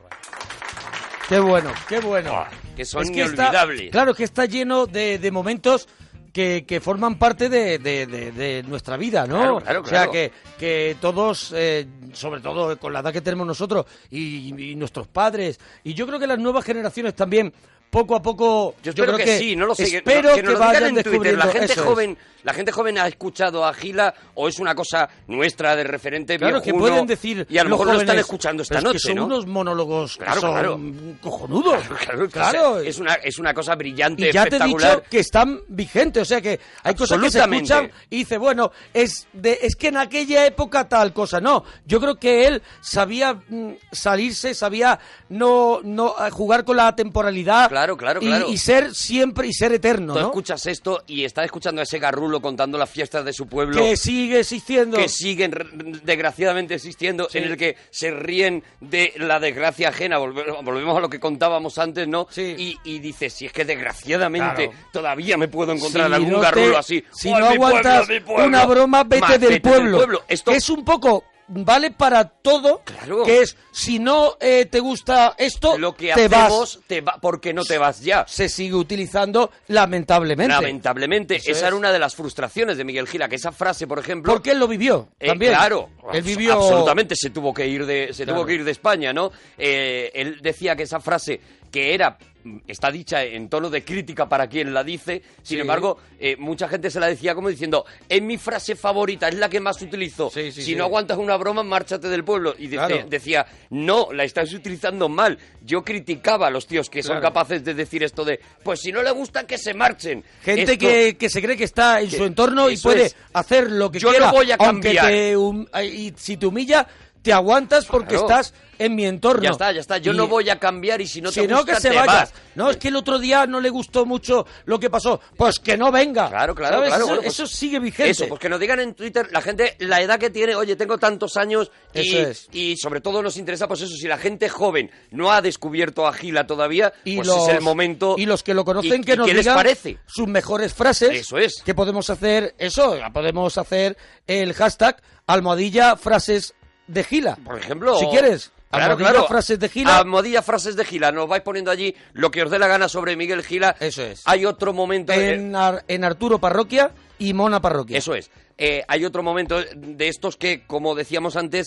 Qué bueno, qué bueno. Oh, que son es que inolvidables. Está, claro, que está lleno de, de momentos que, que forman parte de, de, de, de nuestra vida, ¿no? Claro, claro, o sea, claro. que, que todos, eh, sobre todo con la edad que tenemos nosotros y, y nuestros padres, y yo creo que las nuevas generaciones también, poco a poco, yo espero yo creo que, que sí, no lo sé, espero que, que, nos lo vayan digan en Twitter. La gente eso joven, es. la gente joven ha escuchado a Gila o es una cosa nuestra de referente Claro, viejuno, que pueden decir y a lo los mejor lo están jóvenes, escuchando esta pero es noche, que son ¿no? unos monólogos Claro, que son claro. cojonudos. Claro, Claro. Es una es una cosa brillante, Y ya te he espectacular. dicho que están vigentes, o sea que hay cosas que se Absolutamente. escuchan y dice, bueno, es de es que en aquella época tal cosa. No, yo creo que él sabía mm, salirse, sabía no no eh, jugar con la temporalidad. Claro, claro, y, claro. y ser siempre y ser eterno, Tú ¿no? escuchas esto y estás escuchando a ese garrulo contando las fiestas de su pueblo. Que sigue existiendo. Que siguen re- desgraciadamente existiendo, Sí. en el que se ríen de la desgracia ajena. Volve- Volvemos a lo que contábamos antes, ¿no? Sí. Y, y dices, si es que desgraciadamente Claro. todavía me puedo encontrar Si algún no garrulo te- así. Si ¡Oh, no mi pueblo, aguantas mi pueblo! una broma, vete, Más, del, pueblo. Esto Que es un poco, vale para todo, Claro. que es, si no eh, te gusta esto, lo que te vas. hacemos, te va, porque no te vas ya. Se sigue utilizando, lamentablemente. Lamentablemente, Eso esa es. era una de las frustraciones de Miguel Gila, que esa frase, por ejemplo... Porque él lo vivió, Eh, también. Claro, Él abs- vivió... absolutamente se tuvo que ir de se Claro. tuvo que ir de España, ¿no? Eh, él decía que esa frase que era está dicha en tono de crítica para quien la dice, sin Sí. embargo, eh, mucha gente se la decía como diciendo, es mi frase favorita, es la que más utilizo. Sí, sí, si sí. no aguantas una broma, márchate del pueblo. Y dice- Claro. decía, no, la estás utilizando mal. Yo criticaba a los tíos que son Claro. capaces de decir esto de, pues si no le gusta, que se marchen. Gente Esto- que, que se cree que está en que- su entorno y eso puede es. hacer lo que Yo no quiera. voy a aunque cambiar. te hum- y si te humilla, te aguantas porque Claro. estás en mi entorno. Ya está, ya está. Yo Y- no voy a cambiar y si no te si no, gusta, que se te vaya. vas. No, es que el otro día no le gustó mucho lo que pasó. Pues que no venga. Claro, claro, ¿Sabes? claro. Eso, Bueno, pues eso sigue vigente. Eso, pues que nos digan en Twitter la gente, la edad que tiene, oye, tengo tantos años y, Eso es. y sobre todo nos interesa, pues eso, si la gente joven no ha descubierto a Gila todavía, Y pues los, es el momento. y los que lo conocen, y- que y nos ¿qué les digan parece? sus mejores frases. Eso es. Que podemos hacer, eso, podemos hacer el hashtag almohadilla frases de Gila. Por ejemplo. Si quieres. Claro, Almohadilla claro. frases de Gila. Almohadilla frases de Gila. Nos vais poniendo allí lo que os dé la gana sobre Miguel Gila. Eso es. Hay otro momento. eh, En, Ar- en Arturo Parroquia y Mona Parroquia. Eso es. Eh, hay otro momento de estos que, como decíamos antes,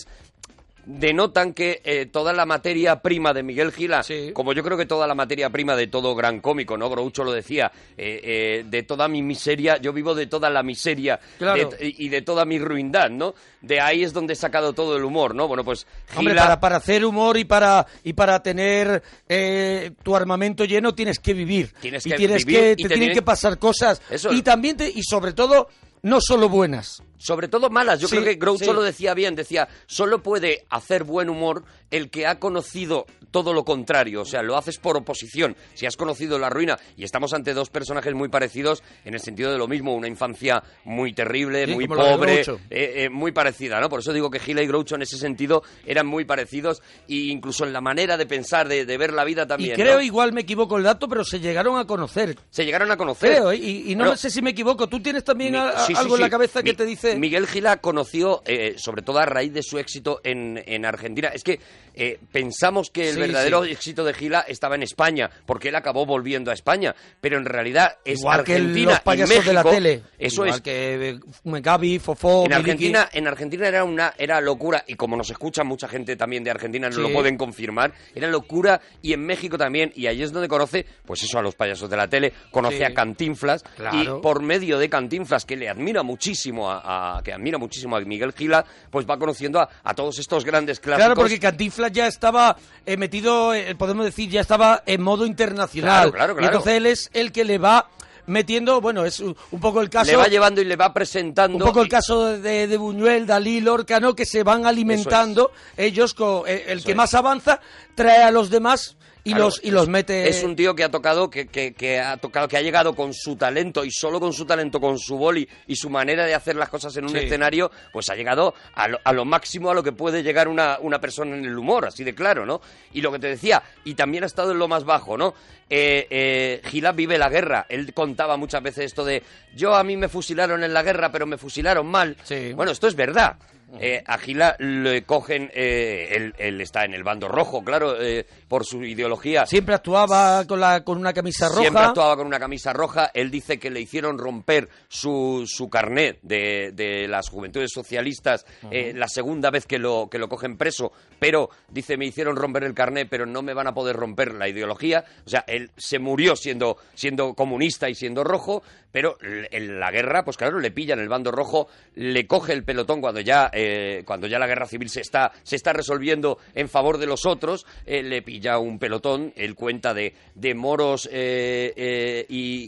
denotan que eh, toda la materia prima de Miguel Gila, Sí. como yo creo que toda la materia prima de todo gran cómico, ¿no? Groucho lo decía, eh, eh, de toda mi miseria, yo vivo de toda la miseria Claro. de- y de toda mi ruindad, ¿no? De ahí es donde he sacado todo el humor, ¿no? Bueno, pues Hombre, Gila... para, para hacer humor y para y para tener eh, tu armamento lleno tienes que vivir. Tienes y que tienes vivir que, y te, te tienen tienen- que pasar cosas. Eso y es. también te, y sobre todo, no solo buenas. Sobre todo malas. Yo Sí, creo que Groucho sí. lo decía bien. Decía, solo puede hacer buen humor el que ha conocido todo lo contrario. O sea, lo haces por oposición. Si has conocido la ruina. Y estamos ante dos personajes muy parecidos en el sentido de lo mismo. Una infancia muy terrible, Sí, muy como la de pobre, Groucho. eh, eh, muy parecida, ¿no? Por eso digo que Gila y Groucho en ese sentido eran muy parecidos. E incluso en la manera de pensar, de, de ver la vida también, y creo, ¿no? igual me equivoco el dato, pero se llegaron a conocer. Se llegaron a conocer. Creo, ¿eh? y, y no Pero- sé si me equivoco. ¿Tú tienes también Mi- a- a- sí, sí, algo en la sí. cabeza que Mi- te dice...? Miguel Gila conoció, eh, sobre todo a raíz de su éxito en, en Argentina. Es que eh, pensamos que el el Sí, verdadero sí. éxito de Gila estaba en España, porque él acabó volviendo a España, pero en realidad es Igual que Argentina los payasos y México, de la tele. eso Igual es. que eh, Gaby, Fofó, En Miliki. Argentina, en Argentina era una era locura, y como nos escucha mucha gente también de Argentina, nos Sí. lo pueden confirmar, era locura, y en México también, y ahí es donde conoce, pues eso, a los payasos de la tele, conoce Sí. a Cantinflas, Claro. y por medio de Cantinflas, que le admira muchísimo a, a- que admira muchísimo a Miguel Gila, pues va conociendo a, a todos estos grandes clásicos. Claro, porque Cantinflas ya estaba eh, metido, eh, podemos decir, ya estaba en modo internacional. Claro, claro, Y claro. entonces él es el que le va metiendo, bueno, es un un poco el caso... le va llevando y le va presentando. Un poco el y- caso de, de Buñuel, Dalí, Lorca, ¿no? Que se van alimentando ellos, con, eh, el Eso que es. más avanza trae a los demás y Claro, los y los es- mete... Es un tío que ha tocado, que, que, que ha tocado, que ha llegado con su talento, y solo con su talento, con su boli y su manera de hacer las cosas en un Sí. escenario, pues ha llegado a lo, a lo máximo a lo que puede llegar una, una persona en el humor, así de claro, ¿no? Y lo que te decía, y también ha estado en lo más bajo, ¿no? Eh, eh, Gila vive la guerra. Él contaba muchas veces esto de: yo, a mí me fusilaron en la guerra, pero me fusilaron mal. Sí. Bueno, esto es verdad. Eh, a Gila le cogen, eh, él, él está en el bando rojo, claro, eh, por su ideología. Siempre actuaba con la con una camisa roja. Siempre actuaba con una camisa roja. Él dice que le hicieron romper su, su carnet de, de las Juventudes Socialistas eh, la segunda vez que lo, que lo cogen preso, pero dice: me hicieron romper el carnet, pero no me van a poder romper la ideología. O sea, él se murió siendo, siendo comunista y siendo rojo, pero en la guerra, pues claro, le pillan el bando rojo, le coge el pelotón cuando ya, eh, cuando ya la guerra civil se está, se está resolviendo en favor de los otros, eh, le pilla un pelotón. Él cuenta de, de moros eh, eh,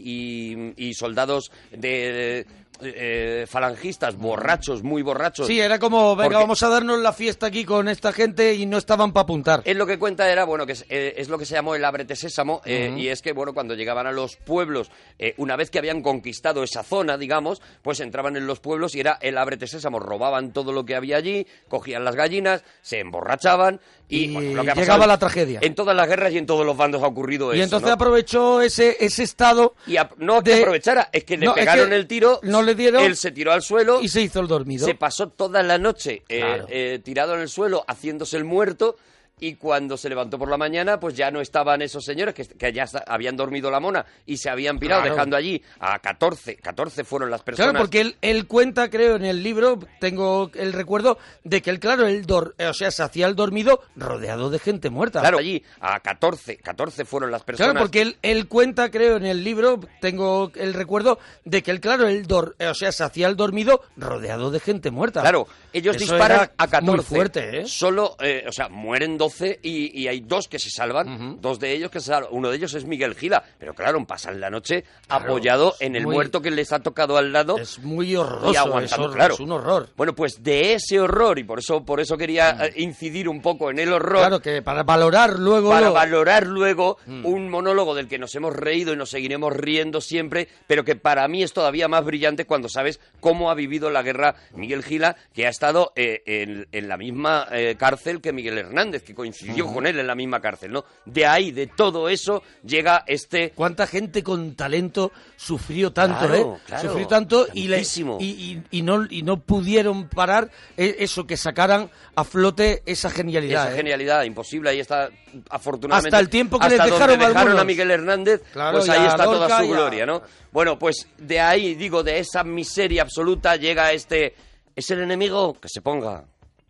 y, y- y soldados de... eh, falangistas, borrachos, muy borrachos. Sí, era como, venga, Porque- vamos a darnos la fiesta aquí con esta gente, y no estaban para apuntar. Él lo que cuenta era, bueno, que es, eh, es lo que se llamó el ábrete sésamo, eh, Ujú. y es que, bueno, cuando llegaban a los pueblos, eh, una vez que habían conquistado esa zona, digamos, pues entraban en los pueblos y era el ábrete sésamo, robaban todo lo que había allí, cogían las gallinas, se emborrachaban y, Y bueno, lo que ha llegaba pasado la tragedia. En todas las guerras y en todos los bandos ha ocurrido Y eso, entonces ¿no? aprovechó ese ese estado Y a- no que de- aprovechara, es que le No, es pegaron que el tiro, no le dieron, él se tiró al suelo, y se hizo el dormido. se pasó toda la noche eh, Claro. eh, tirado en el suelo, haciéndose el muerto, y cuando se levantó por la mañana, pues ya no estaban esos señores que, que ya esta- habían dormido la mona y se habían pirado, Claro. dejando allí a catorce, catorce fueron las personas. Claro, porque él, él cuenta, creo, en el libro, tengo el recuerdo de que él, claro, él dor- o sea, se hacía el dormido rodeado de gente muerta. Claro, allí a catorce, catorce fueron las personas. Claro, porque él, él cuenta, creo, en el libro, tengo el recuerdo de que él, claro, él dor- o sea, se hacía el dormido rodeado de gente muerta. Claro, ellos Eso disparan era a catorce. Muy fuerte, ¿eh? Solo, eh, o sea, mueren doce y, y hay dos que se salvan, dos de ellos que se salvan. Uno de ellos es Miguel Gila, pero claro, pasan la noche Claro, apoyado es en el muy- muerto que les ha tocado al lado. Es muy horroroso, y aguantando, es, hor- claro. es un horror. Bueno, pues de ese horror, y por eso, por eso quería eh, incidir un poco en el horror. Claro, que para valorar luego... Para lo- valorar luego Mm. un monólogo del que nos hemos reído y nos seguiremos riendo siempre, pero que para mí es todavía más brillante cuando sabes cómo ha vivido la guerra Miguel Gila, que ha estado eh, en, en la misma eh, cárcel que Miguel Hernández, que coincidió Ujú. con él en la misma cárcel, ¿no? De ahí, de todo eso, llega este... ¿Cuánta gente con talento sufrió tanto, Claro, eh? claro, Sufrió tanto y, le- tantísimo. y, y- y no, y no pudieron parar eh, eso, que sacaran a flote esa genialidad. Esa eh. genialidad imposible, ahí está, afortunadamente. Hasta el tiempo que les hasta dejaron donde dejaron algunos. a Miguel Hernández, Claro, pues y ahí a está toda Lorca su y a- gloria, ¿no? Bueno, pues de ahí, digo, de esa miseria absoluta llega este... ¿Es el enemigo? Que se ponga.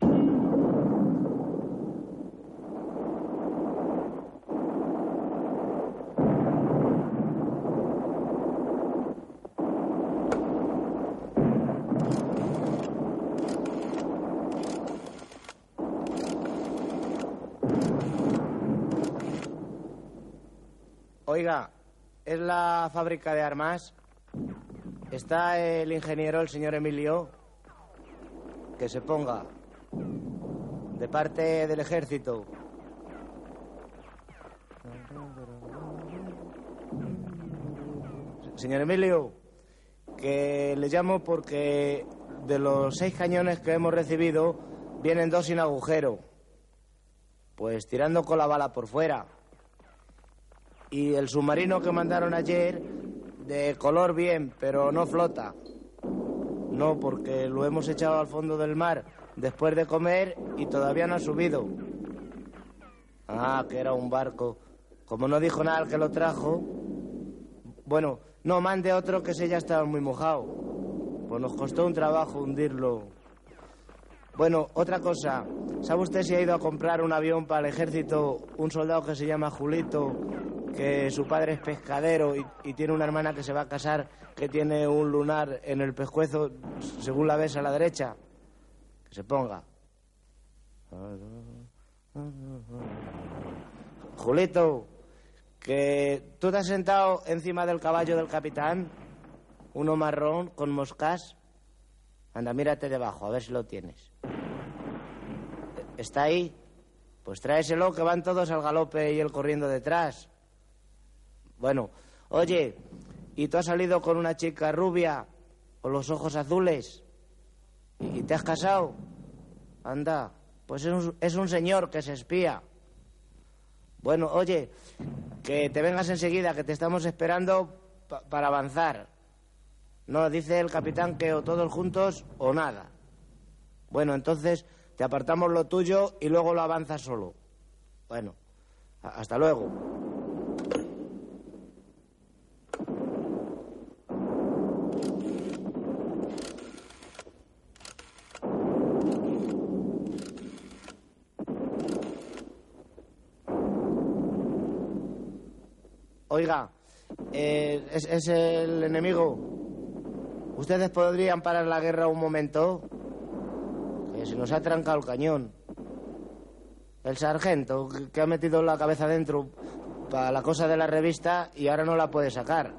Oiga, ¿es la fábrica de armas? ¿Está el ingeniero, el señor Emilio? Que se ponga. De parte del ejército. Señor Emilio, que le llamo porque de los seis cañones que hemos recibido, vienen dos sin agujero. Pues tirando con la bala por fuera. Y el submarino que mandaron ayer, de color bien, pero no flota. No, porque lo hemos echado al fondo del mar después de comer y todavía no ha subido. Ah, que era un barco. Como no dijo nada el que lo trajo... Bueno, no, mande otro que ese ya estaba muy mojado. Pues nos costó un trabajo hundirlo. Bueno, otra cosa. ¿Sabe usted si ha ido a comprar un avión para el ejército un soldado que se llama Julito, que su padre es pescadero y, y tiene una hermana que se va a casar, que tiene un lunar en el pescuezo, según la ves a la derecha? Que se ponga. Julito, que tú te has sentado encima del caballo del capitán, uno marrón con moscas. Anda, mírate debajo, a ver si lo tienes. ¿Está ahí? Pues tráeselo, que van todos al galope y él corriendo detrás. Bueno, oye, ¿y tú has salido con una chica rubia con los ojos azules? ¿Y te has casado? Anda, pues es un, es un señor que se espía. Bueno, oye, que te vengas enseguida, que te estamos esperando pa- para avanzar. No, dice el capitán que o todos juntos o nada. Bueno, entonces te apartamos lo tuyo y luego lo avanzas solo. Bueno, a- hasta luego. Oiga, eh, ¿es, es el enemigo? ¿Ustedes podrían parar la guerra un momento? Que se nos ha trancado el cañón. El sargento, que- que ha metido la cabeza dentro para la cosa de la revista y ahora no la puede sacar.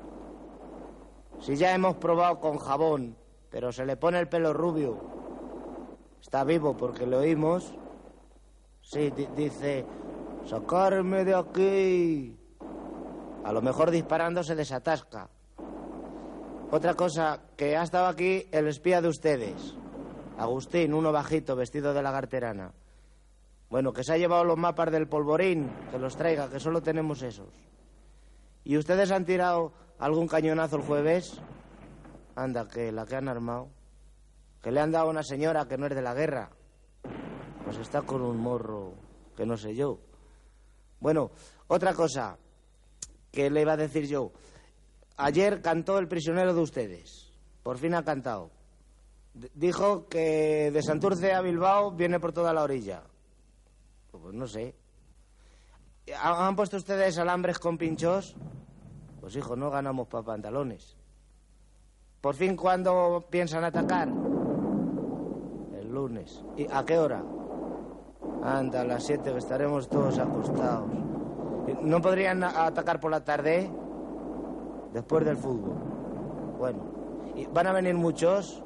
Si ya hemos probado con jabón, pero se le pone el pelo rubio. Está vivo porque lo oímos. Sí, di- dice, sacarme de aquí. A lo mejor disparando se desatasca. Otra cosa, que ha estado aquí el espía de ustedes. Agustín, uno bajito, vestido de lagarterana. Bueno, que se ha llevado los mapas del polvorín, que los traiga, que solo tenemos esos. ¿Y ustedes han tirado algún cañonazo el jueves? Anda, que la que han armado. Que le han dado a una señora que no es de la guerra. Pues está con un morro que no sé yo. Bueno, otra cosa que le iba a decir yo. Ayer cantó el prisionero de ustedes. Por fin ha cantado. D- dijo que de Santurce a Bilbao viene por toda la orilla. Pues no sé. ¿Han han puesto ustedes alambres con pinchos? Pues hijo, no ganamos para pantalones. ¿Por fin cuándo piensan atacar? El lunes. ¿Y a qué hora? Anda, a las siete, que estaremos todos acostados. ¿No podrían a- atacar por la tarde? Después del fútbol. Bueno. ¿Y van a venir muchos?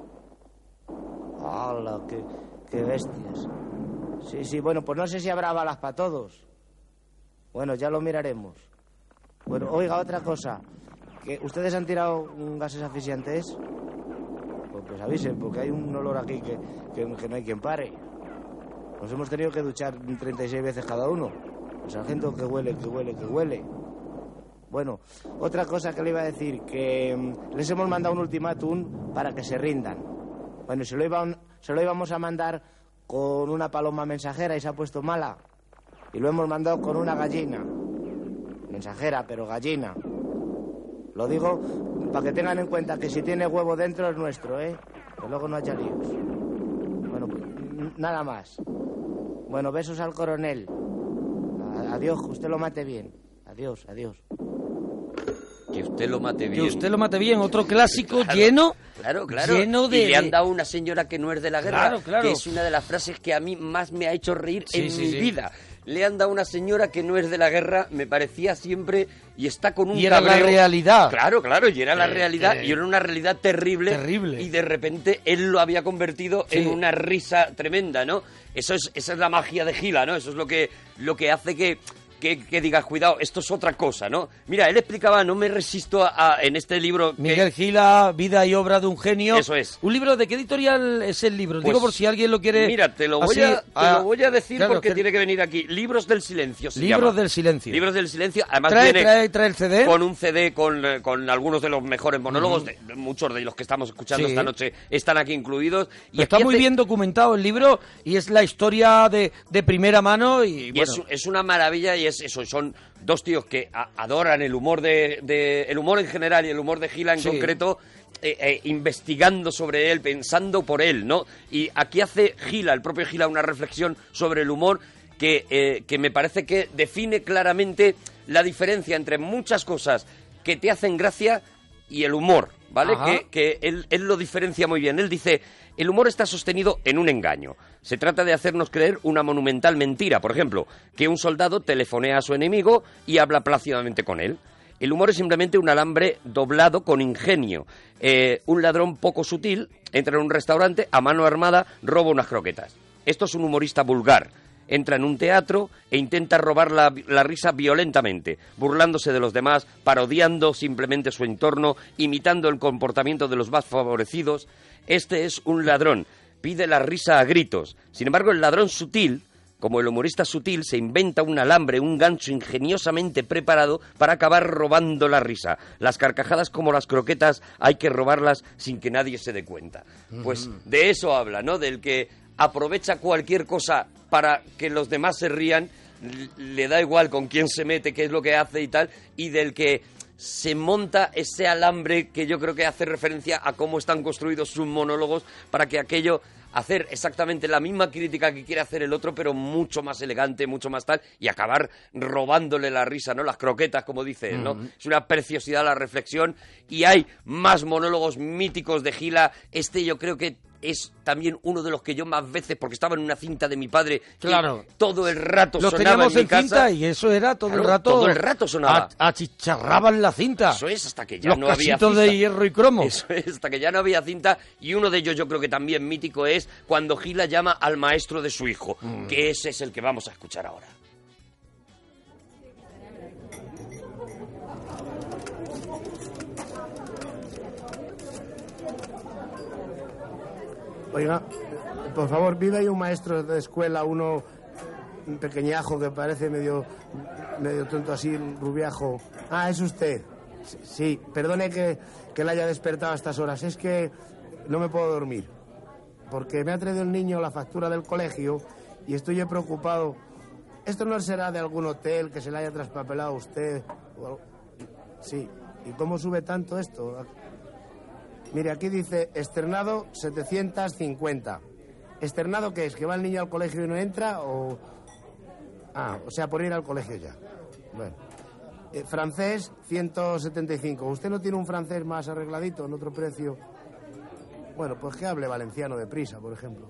¡Hala, qué, qué bestias! Sí, sí, bueno, pues no sé si habrá balas para todos. Bueno, ya lo miraremos. Bueno, oiga, otra cosa. ¿Que ustedes han tirado un gases asfixiantes? Pues, pues avisen, porque hay un olor aquí que, que, que no hay quien pare. Nos hemos tenido que duchar treinta y seis veces cada uno. El sargento que huele, que huele, que huele. Bueno, otra cosa que le iba a decir, que mm, les hemos mandado un ultimátum para que se rindan. Bueno, se lo, iban, se lo íbamos a mandar con una paloma mensajera y se ha puesto mala. Y lo hemos mandado con una gallina. Mensajera, pero gallina. Lo digo para que tengan en cuenta que si tiene huevo dentro es nuestro, ¿eh? Que luego no haya líos. Bueno, pues n- nada más. Bueno, besos al coronel. A- adiós, que usted lo mate bien. Adiós, adiós. Que usted lo mate bien. Que usted lo mate bien, otro clásico Claro, lleno, Claro, claro. lleno de... Y le han dado una señora que no es de la guerra, Claro, claro. que es una de las frases que a mí más me ha hecho reír Sí, en sí, mi sí. vida. Le han dado una señora que no es de la guerra, me parecía siempre, y está con un Y era la cabreo. realidad. Claro, claro, y era la Que- realidad, que- y era una realidad terrible. Terrible. Y de repente él lo había convertido Sí. en una risa tremenda, ¿no? Eso es, esa es la magia de Gila, ¿no? Eso es lo que, lo que hace que que, que digas, cuidado, esto es otra cosa, ¿no? Mira, él explicaba, no me resisto a, a en este libro... Que... Miguel Gila, Vida y obra de un genio. Eso es. ¿Un libro de qué editorial es el libro? Pues, digo por si alguien lo quiere... Mira, te lo voy, así, a, te a... lo voy a decir claro, porque que... tiene que venir aquí. Libros del Silencio se Libros llama. del Silencio. Libros del Silencio. Además trae, viene trae, trae el C D. con un C D con, con algunos de los mejores monólogos. Uh-huh. de, muchos de los que estamos escuchando sí. esta noche están aquí incluidos. Y está aquí muy hace... bien documentado el libro y es la historia de, de primera mano. Y, y bueno. es, es una maravilla y es eso. Son dos tíos que a, adoran el humor de, de el humor en general y el humor de Gila en sí. concreto. Eh, eh, investigando sobre él, pensando por él, ¿no? Y aquí hace Gila, el propio Gila, una reflexión sobre el humor que, eh, que me parece que define claramente la diferencia entre muchas cosas que te hacen gracia y el humor, ¿vale? Ajá. Que, que él, él lo diferencia muy bien. Él dice, el humor está sostenido en un engaño. Se trata de hacernos creer una monumental mentira. Por ejemplo, que un soldado telefonea a su enemigo y habla plácidamente con él. El humor es simplemente un alambre doblado con ingenio. Eh, un ladrón poco sutil entra en un restaurante, a mano armada, roba unas croquetas. Esto es un humorista vulgar. Entra en un teatro e intenta robar la, la risa violentamente, burlándose de los demás, parodiando simplemente su entorno, imitando el comportamiento de los más favorecidos. Este es un ladrón. Pide la risa a gritos. Sin embargo, el ladrón sutil... Como el humorista sutil, se inventa un alambre, un gancho ingeniosamente preparado para acabar robando la risa. Las carcajadas como las croquetas hay que robarlas sin que nadie se dé cuenta. Uh-huh. Pues de eso habla, ¿no? Del que aprovecha cualquier cosa para que los demás se rían, le da igual con quién se mete, qué es lo que hace y tal, y del que se monta ese alambre que yo creo que hace referencia a cómo están construidos sus monólogos para que aquello... hacer exactamente la misma crítica que quiere hacer el otro, pero mucho más elegante, mucho más tal, y acabar robándole la risa, ¿no? Las croquetas, como dice él, ¿no? Mm. Es una preciosidad la reflexión, y hay más monólogos míticos de Gila. Este yo creo que es también uno de los que yo más veces, porque estaba en una cinta de mi padre, claro, todo el rato lo sonaba teníamos en mi en casa. Cinta y eso era todo claro, el rato. Todo el rato sonaba. Achicharraban la cinta. Eso es, hasta que ya Los no había cinta. Los casitos de hierro y cromo. Eso es, hasta que ya no había cinta. Y uno de ellos yo creo que también mítico es cuando Gila llama al maestro de su hijo, mm. que ese es el que vamos a escuchar ahora. Oiga, por favor, vive ahí un maestro de escuela, uno un pequeñajo que parece medio, medio tonto así, rubiajo. Ah, es usted. Sí, perdone que, que le haya despertado a estas horas. Es que no me puedo dormir, porque me ha traído el niño la factura del colegio y estoy preocupado. ¿Esto no será de algún hotel que se le haya traspapelado a usted? Sí. ¿Y cómo sube tanto esto? Mire, aquí dice externado setecientos cincuenta. ¿Externado qué es? ¿Que va el niño al colegio y no entra? O... Ah, o sea, por ir al colegio ya. Bueno. Eh, francés, ciento setenta y cinco. ¿Usted no tiene un francés más arregladito en otro precio? Bueno, pues que hable valenciano deprisa, por ejemplo.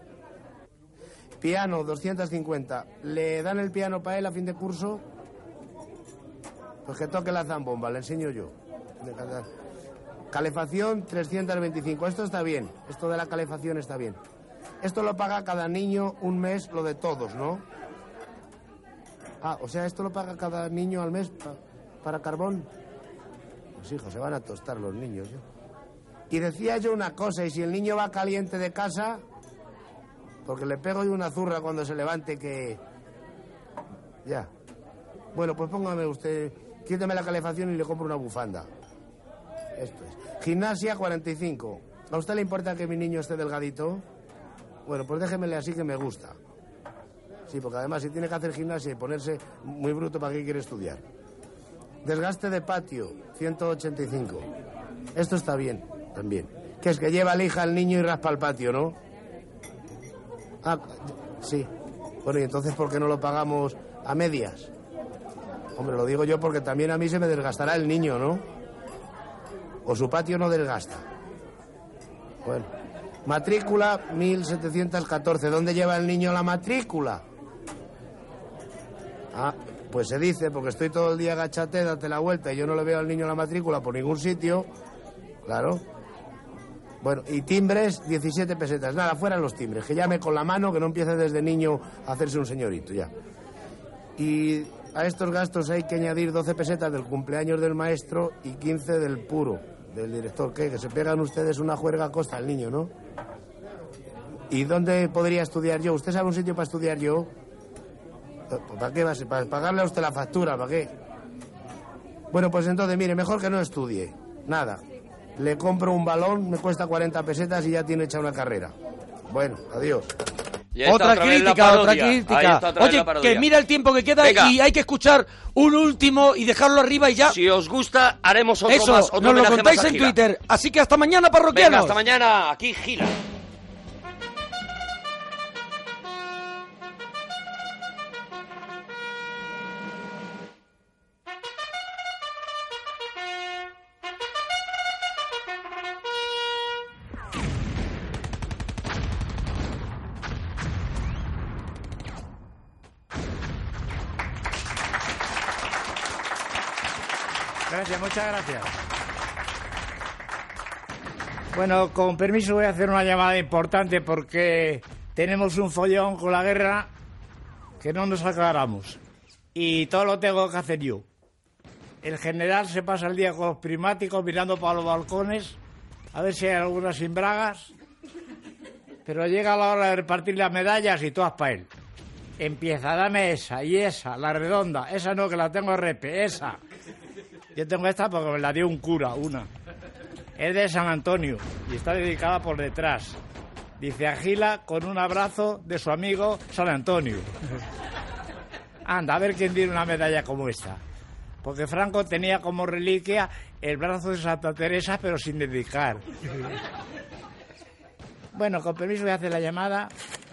Piano, doscientos cincuenta. ¿Le dan el piano para él a fin de curso? Pues que toque la zambomba, le enseño yo. Calefacción, trescientos veinticinco. Esto está bien. Esto de la calefacción está bien. Esto lo paga cada niño un mes, lo de todos, ¿no? Ah, o sea, esto lo paga cada niño al mes pa, para carbón. Pues hijos, se van a tostar los niños, ¿eh? Y decía yo una cosa, y si el niño va caliente de casa, porque le pego yo una zurra cuando se levante que... Ya. Bueno, pues póngame usted, quíteme la calefacción y le compro una bufanda. Esto es. Gimnasia, cuarenta y cinco. ¿A usted le importa que mi niño esté delgadito? Bueno, pues déjemele así que me gusta. Sí, porque además si tiene que hacer gimnasia y ponerse muy bruto, ¿para qué quiere estudiar? Desgaste de patio, ciento ochenta y cinco. Esto está bien, también. Que es que lleva lija al niño y raspa el patio, ¿no? Ah, sí. Bueno, y entonces, ¿por qué no lo pagamos a medias? Hombre, lo digo yo porque también a mí se me desgastará el niño, ¿no? O su patio no desgasta. Bueno. Matrícula, mil setecientos catorce. ¿Dónde lleva el niño la matrícula? Ah, pues se dice, porque estoy todo el día agachate, date la vuelta y yo no le veo al niño la matrícula por ningún sitio. Claro. Bueno, y timbres, diecisiete pesetas. Nada, fuera los timbres. Que llame con la mano, que no empiece desde niño a hacerse un señorito, ya. Y a estos gastos hay que añadir doce pesetas del cumpleaños del maestro y quince del puro, del director. ¿Qué? Que se pegan ustedes una juerga a costa al niño, ¿no? ¿Y dónde podría estudiar yo? ¿Usted sabe un sitio para estudiar yo? ¿Para qué va a ser? ¿Para pagarle a usted la factura? ¿Para qué? Bueno, pues entonces, mire, mejor que no estudie. Nada. Le compro un balón, me cuesta cuarenta pesetas y ya tiene hecha una carrera. Bueno, adiós. Otra, otra crítica, otra crítica. Otra Oye, que mira el tiempo que queda. Venga. Y hay que escuchar un último y dejarlo arriba y ya. Si os gusta, haremos otro Eso, más. Otro nos lo contáis en Gila. Twitter. Así que hasta mañana, parroquianos. Venga, hasta mañana. Aquí Gila. Gracias, muchas gracias. Bueno, con permiso voy a hacer una llamada importante porque tenemos un follón con la guerra que no nos aclaramos. Y todo lo tengo que hacer yo. El general se pasa el día con los prismáticos mirando para los balcones a ver si hay algunas sin bragas. Pero llega la hora de repartir las medallas y todas para él. Empieza, dame esa y esa, la redonda. Esa no, que la tengo repe, esa. Yo tengo esta porque me la dio un cura, una. Es de San Antonio y está dedicada por detrás. Dice a Gila con un abrazo de su amigo San Antonio. Anda, a ver quién tiene una medalla como esta. Porque Franco tenía como reliquia el brazo de Santa Teresa, pero sin dedicar. Bueno, con permiso voy a hacer la llamada.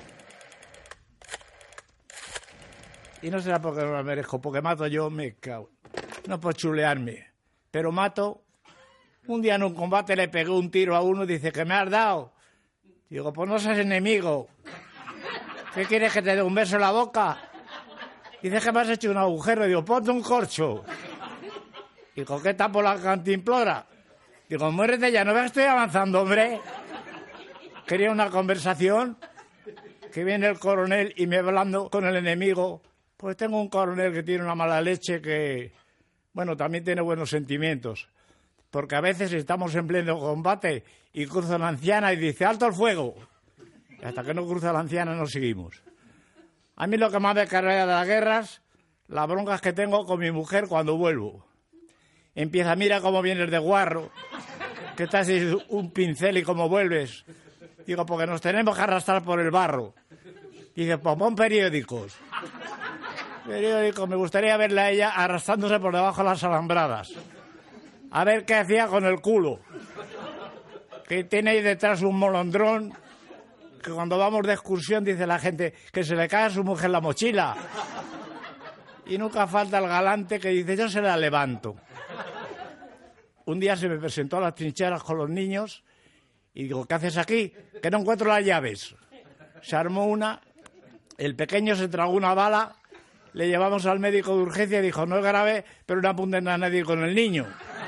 Y no será porque no la merezco, porque mato yo, me cago. No por chulearme, pero mato. Un día en un combate le pegué un tiro a uno y dice, ¿qué me has dado? Digo, pues no seas enemigo. ¿Qué quieres, que te dé un beso en la boca? Dice que me has hecho un agujero. Digo, ponte un corcho. Digo, ¿qué tapo la cantimplora? Digo, muérete ya, no ves que estoy avanzando, hombre. Quería una conversación. Que viene el coronel y me hablando con el enemigo. Pues tengo un coronel que tiene una mala leche que, bueno, también tiene buenos sentimientos. Porque a veces estamos en pleno combate y cruza la anciana y dice, ¡alto el fuego! Y hasta que no cruza la anciana no seguimos. A mí lo que más me carga de las guerras, las broncas que tengo con mi mujer cuando vuelvo. Empieza, mira cómo vienes de guarro, que estás un pincel y cómo vuelves. Digo, porque nos tenemos que arrastrar por el barro. Dice, pues pon periódicos. Periódicos, me gustaría verla a ella arrastrándose por debajo de las alambradas. A ver qué hacía con el culo. Que tiene ahí detrás un molondrón, que cuando vamos de excursión dice la gente que se le cae a su mujer la mochila. Y nunca falta el galante que dice, yo se la levanto. Un día se me presentó a las trincheras con los niños y digo, ¿qué haces aquí? Que no encuentro las llaves. Se armó una, el pequeño se tragó una bala, le llevamos al médico de urgencia y dijo, no es grave, pero no apunten a nadie con el niño.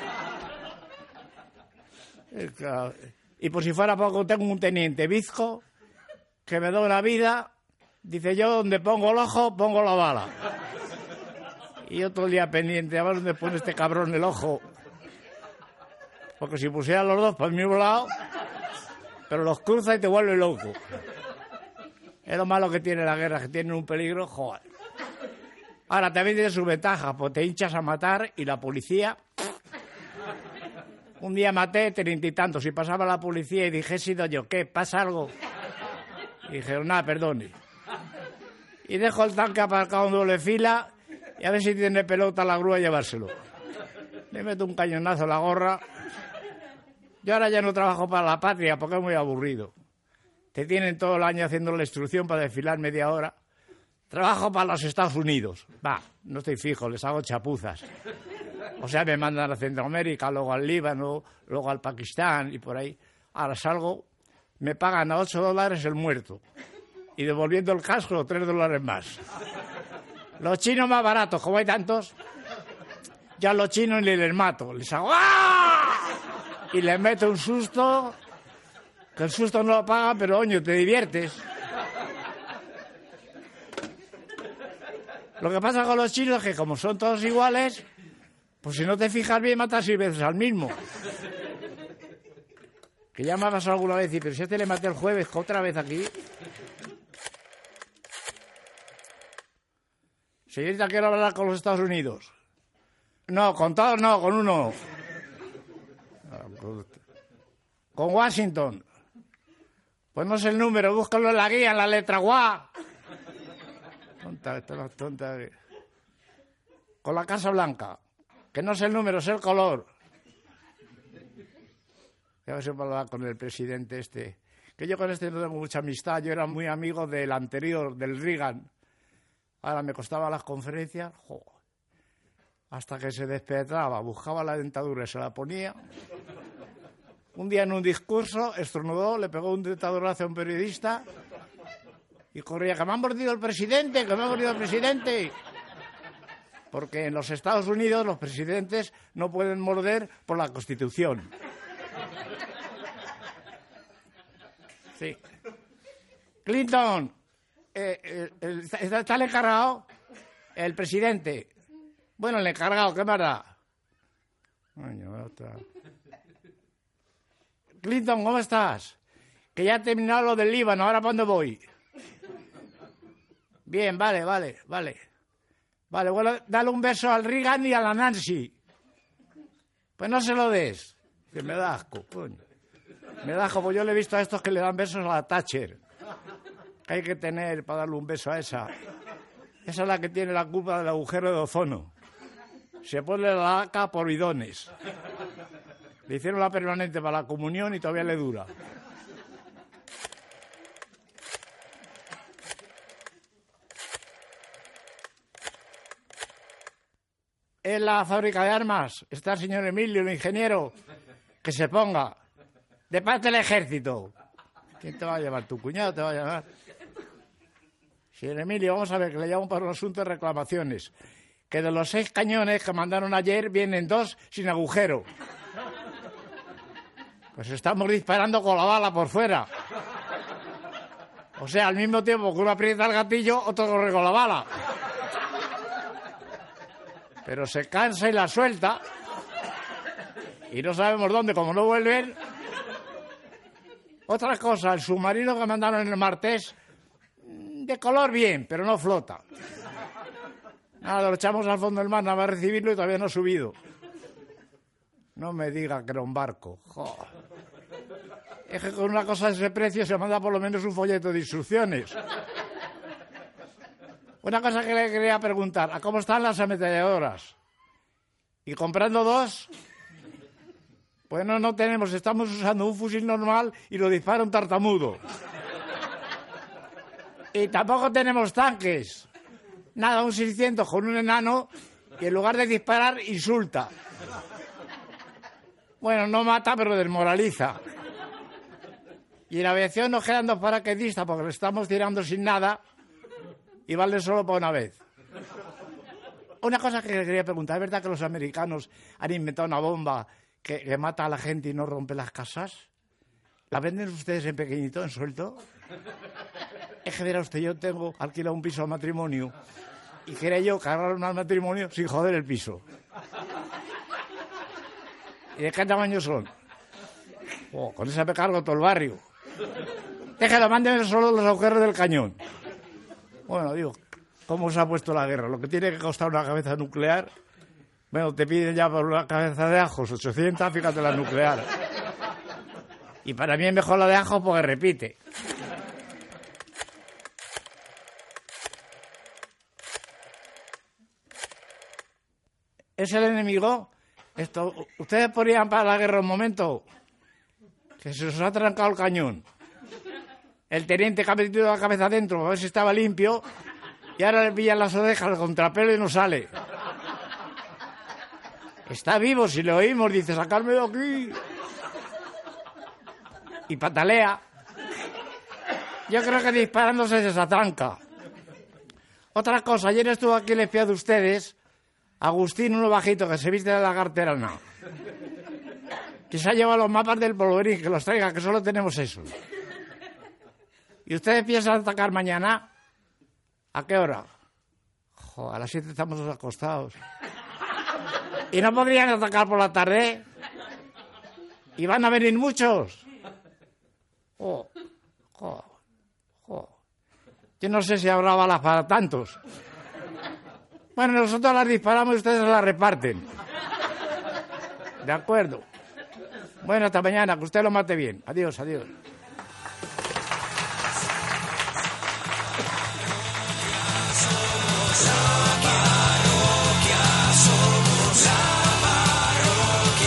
Y por si fuera poco, tengo un teniente bizco que me da la vida. Dice, yo donde pongo el ojo, pongo la bala. Y yo todo el día pendiente, a ver dónde pone este cabrón el ojo. Porque si pusiera los dos por el mismo lado, pero los cruza y te vuelve loco. Es lo malo que tiene la guerra, que tiene un peligro, joder. Ahora también tiene su ventaja, pues te hinchas a matar y la policía... Un día maté treinta y tantos y pasaba la policía y dije, he sido yo, ¿qué? ¿Pasa algo? Y dijeron, nada, perdone. Y dejo el tanque aparcado en doble fila y a ver si tiene pelota la grúa llevárselo. Le meto un cañonazo a la gorra. Yo ahora ya no trabajo para la patria porque es muy aburrido. Te tienen todo el año haciendo la instrucción para desfilar media hora. Trabajo para los Estados Unidos. Va, no estoy fijo, les hago chapuzas. O sea, me mandan a Centroamérica, luego al Líbano, luego al Pakistán y por ahí. Ahora salgo, me pagan a ocho dólares el muerto. Y devolviendo el casco, tres dólares más. Los chinos más baratos, como hay tantos, ya los chinos ni les mato. Les hago ¡ah! Y les meto un susto, que el susto no lo pagan, pero, oño, te diviertes. Lo que pasa con los chinos es que como son todos iguales, pues si no te fijas bien matas seis veces al mismo. Que ya me ha pasado alguna vez y pero si este le maté el jueves, otra vez aquí. Señorita, quiero hablar con los Estados Unidos. No, con todos no, con uno. Con Washington. Pues no sé el número, búscalo en la guía, en la letra guá. Tonta, esta es tonta. Con la Casa Blanca. Que no sé el número, sé el color. Ya ver si puedo hablar con el presidente este. Que yo con este no tengo mucha amistad. Yo era muy amigo del anterior, del Reagan. Ahora me costaba las conferencias. Jo. Hasta que se despedraba, buscaba la dentadura y se la ponía. Un día en un discurso estornudó, le pegó un dentadurazo a un periodista y corría, que me ha mordido el presidente, que me ha mordido el presidente. Porque en los Estados Unidos los presidentes no pueden morder por la Constitución. Sí. Clinton, eh, eh, el, ¿está el encargado? El presidente. Bueno, el encargado, ¿qué más da? Coño, otra. Clinton, ¿cómo estás? Que ya he terminado lo del Líbano, ¿ahora para dónde voy? Bien, vale, vale, vale. Vale, bueno, dale un beso al Reagan y a la Nancy. Pues no se lo des. Que me da asco, coño. Me da asco, pues yo le he visto a estos que le dan besos a la Thatcher. Que hay que tener para darle un beso a esa. Esa es la que tiene la culpa del agujero de ozono. Se pone la laca por bidones. Le hicieron la permanente para la comunión y todavía le dura. En la fábrica de armas está el señor Emilio, el ingeniero, que se ponga. De parte del ejército. ¿Quién te va a llamar? ¿Tu cuñado te va a llamar? Señor Emilio, vamos a ver, que le llamo para un asunto de reclamaciones. Que de los seis cañones que mandaron ayer vienen dos sin agujero. Pues estamos disparando con la bala por fuera. O sea, al mismo tiempo que uno aprieta el gatillo, otro corre con la bala. Pero se cansa y la suelta. Y no sabemos dónde, como no vuelven. Otra cosa, el submarino que mandaron en el Martés, de color bien, pero no flota. Nada, lo echamos al fondo del mar, nada más recibirlo y todavía no ha subido. No me diga que era un barco. Jo. Es que con una cosa de ese precio se manda por lo menos un folleto de instrucciones. Una cosa que le quería preguntar, ¿a cómo están las ametralladoras? ¿Y comprando dos? Bueno, no tenemos, estamos usando un fusil normal y lo dispara un tartamudo. Y tampoco tenemos tanques. Nada, un seiscientos con un enano y en lugar de disparar, insulta. Bueno, no mata, pero desmoraliza. Y en la aviación nos quedan dos paracaidistas porque le estamos tirando sin nada y vale solo para una vez. Una cosa que quería preguntar, ¿es verdad que los americanos han inventado una bomba que, que mata a la gente y no rompe las casas? ¿La venden ustedes en pequeñito, en suelto? Es que verá usted, yo tengo alquilado un piso al matrimonio y quería yo cargarme al matrimonio sin joder el piso. ¿Y de qué tamaño son? Oh, con esa me cargo todo el barrio. Déjalo, mándeme solo los agujeros del cañón. Bueno, digo, ¿cómo se ha puesto la guerra? Lo que tiene que costar una cabeza nuclear. Bueno, te piden ya por una cabeza de ajos ochocientos, fíjate la nuclear. Y para mí es mejor la de ajos porque repite. ¿Es el enemigo? Esto, ustedes podrían parar la guerra un momento. Que se os ha trancado el cañón. El teniente que ha metido la cabeza adentro para ver si estaba limpio y ahora le pillan las orejas al contrapelo y no sale. Está vivo, si lo oímos, dice, sacarme de aquí. Y patalea. Yo creo que disparándose se atranca. Otra cosa, ayer estuvo aquí el espía de ustedes, Agustín, uno bajito que se viste de la carterana. Que se ha llevado los mapas del polvorín, que los traiga, que solo tenemos esos. ¿Y ustedes piensan atacar mañana? ¿A qué hora? Jo, a las siete estamos acostados. ¿Y no podrían atacar por la tarde? ¿Y van a venir muchos? Jo, jo, jo. Yo no sé si habrá balas para tantos. Bueno, nosotros las disparamos y ustedes las reparten. De acuerdo. Bueno, hasta mañana, que usted lo mate bien. Adiós, adiós.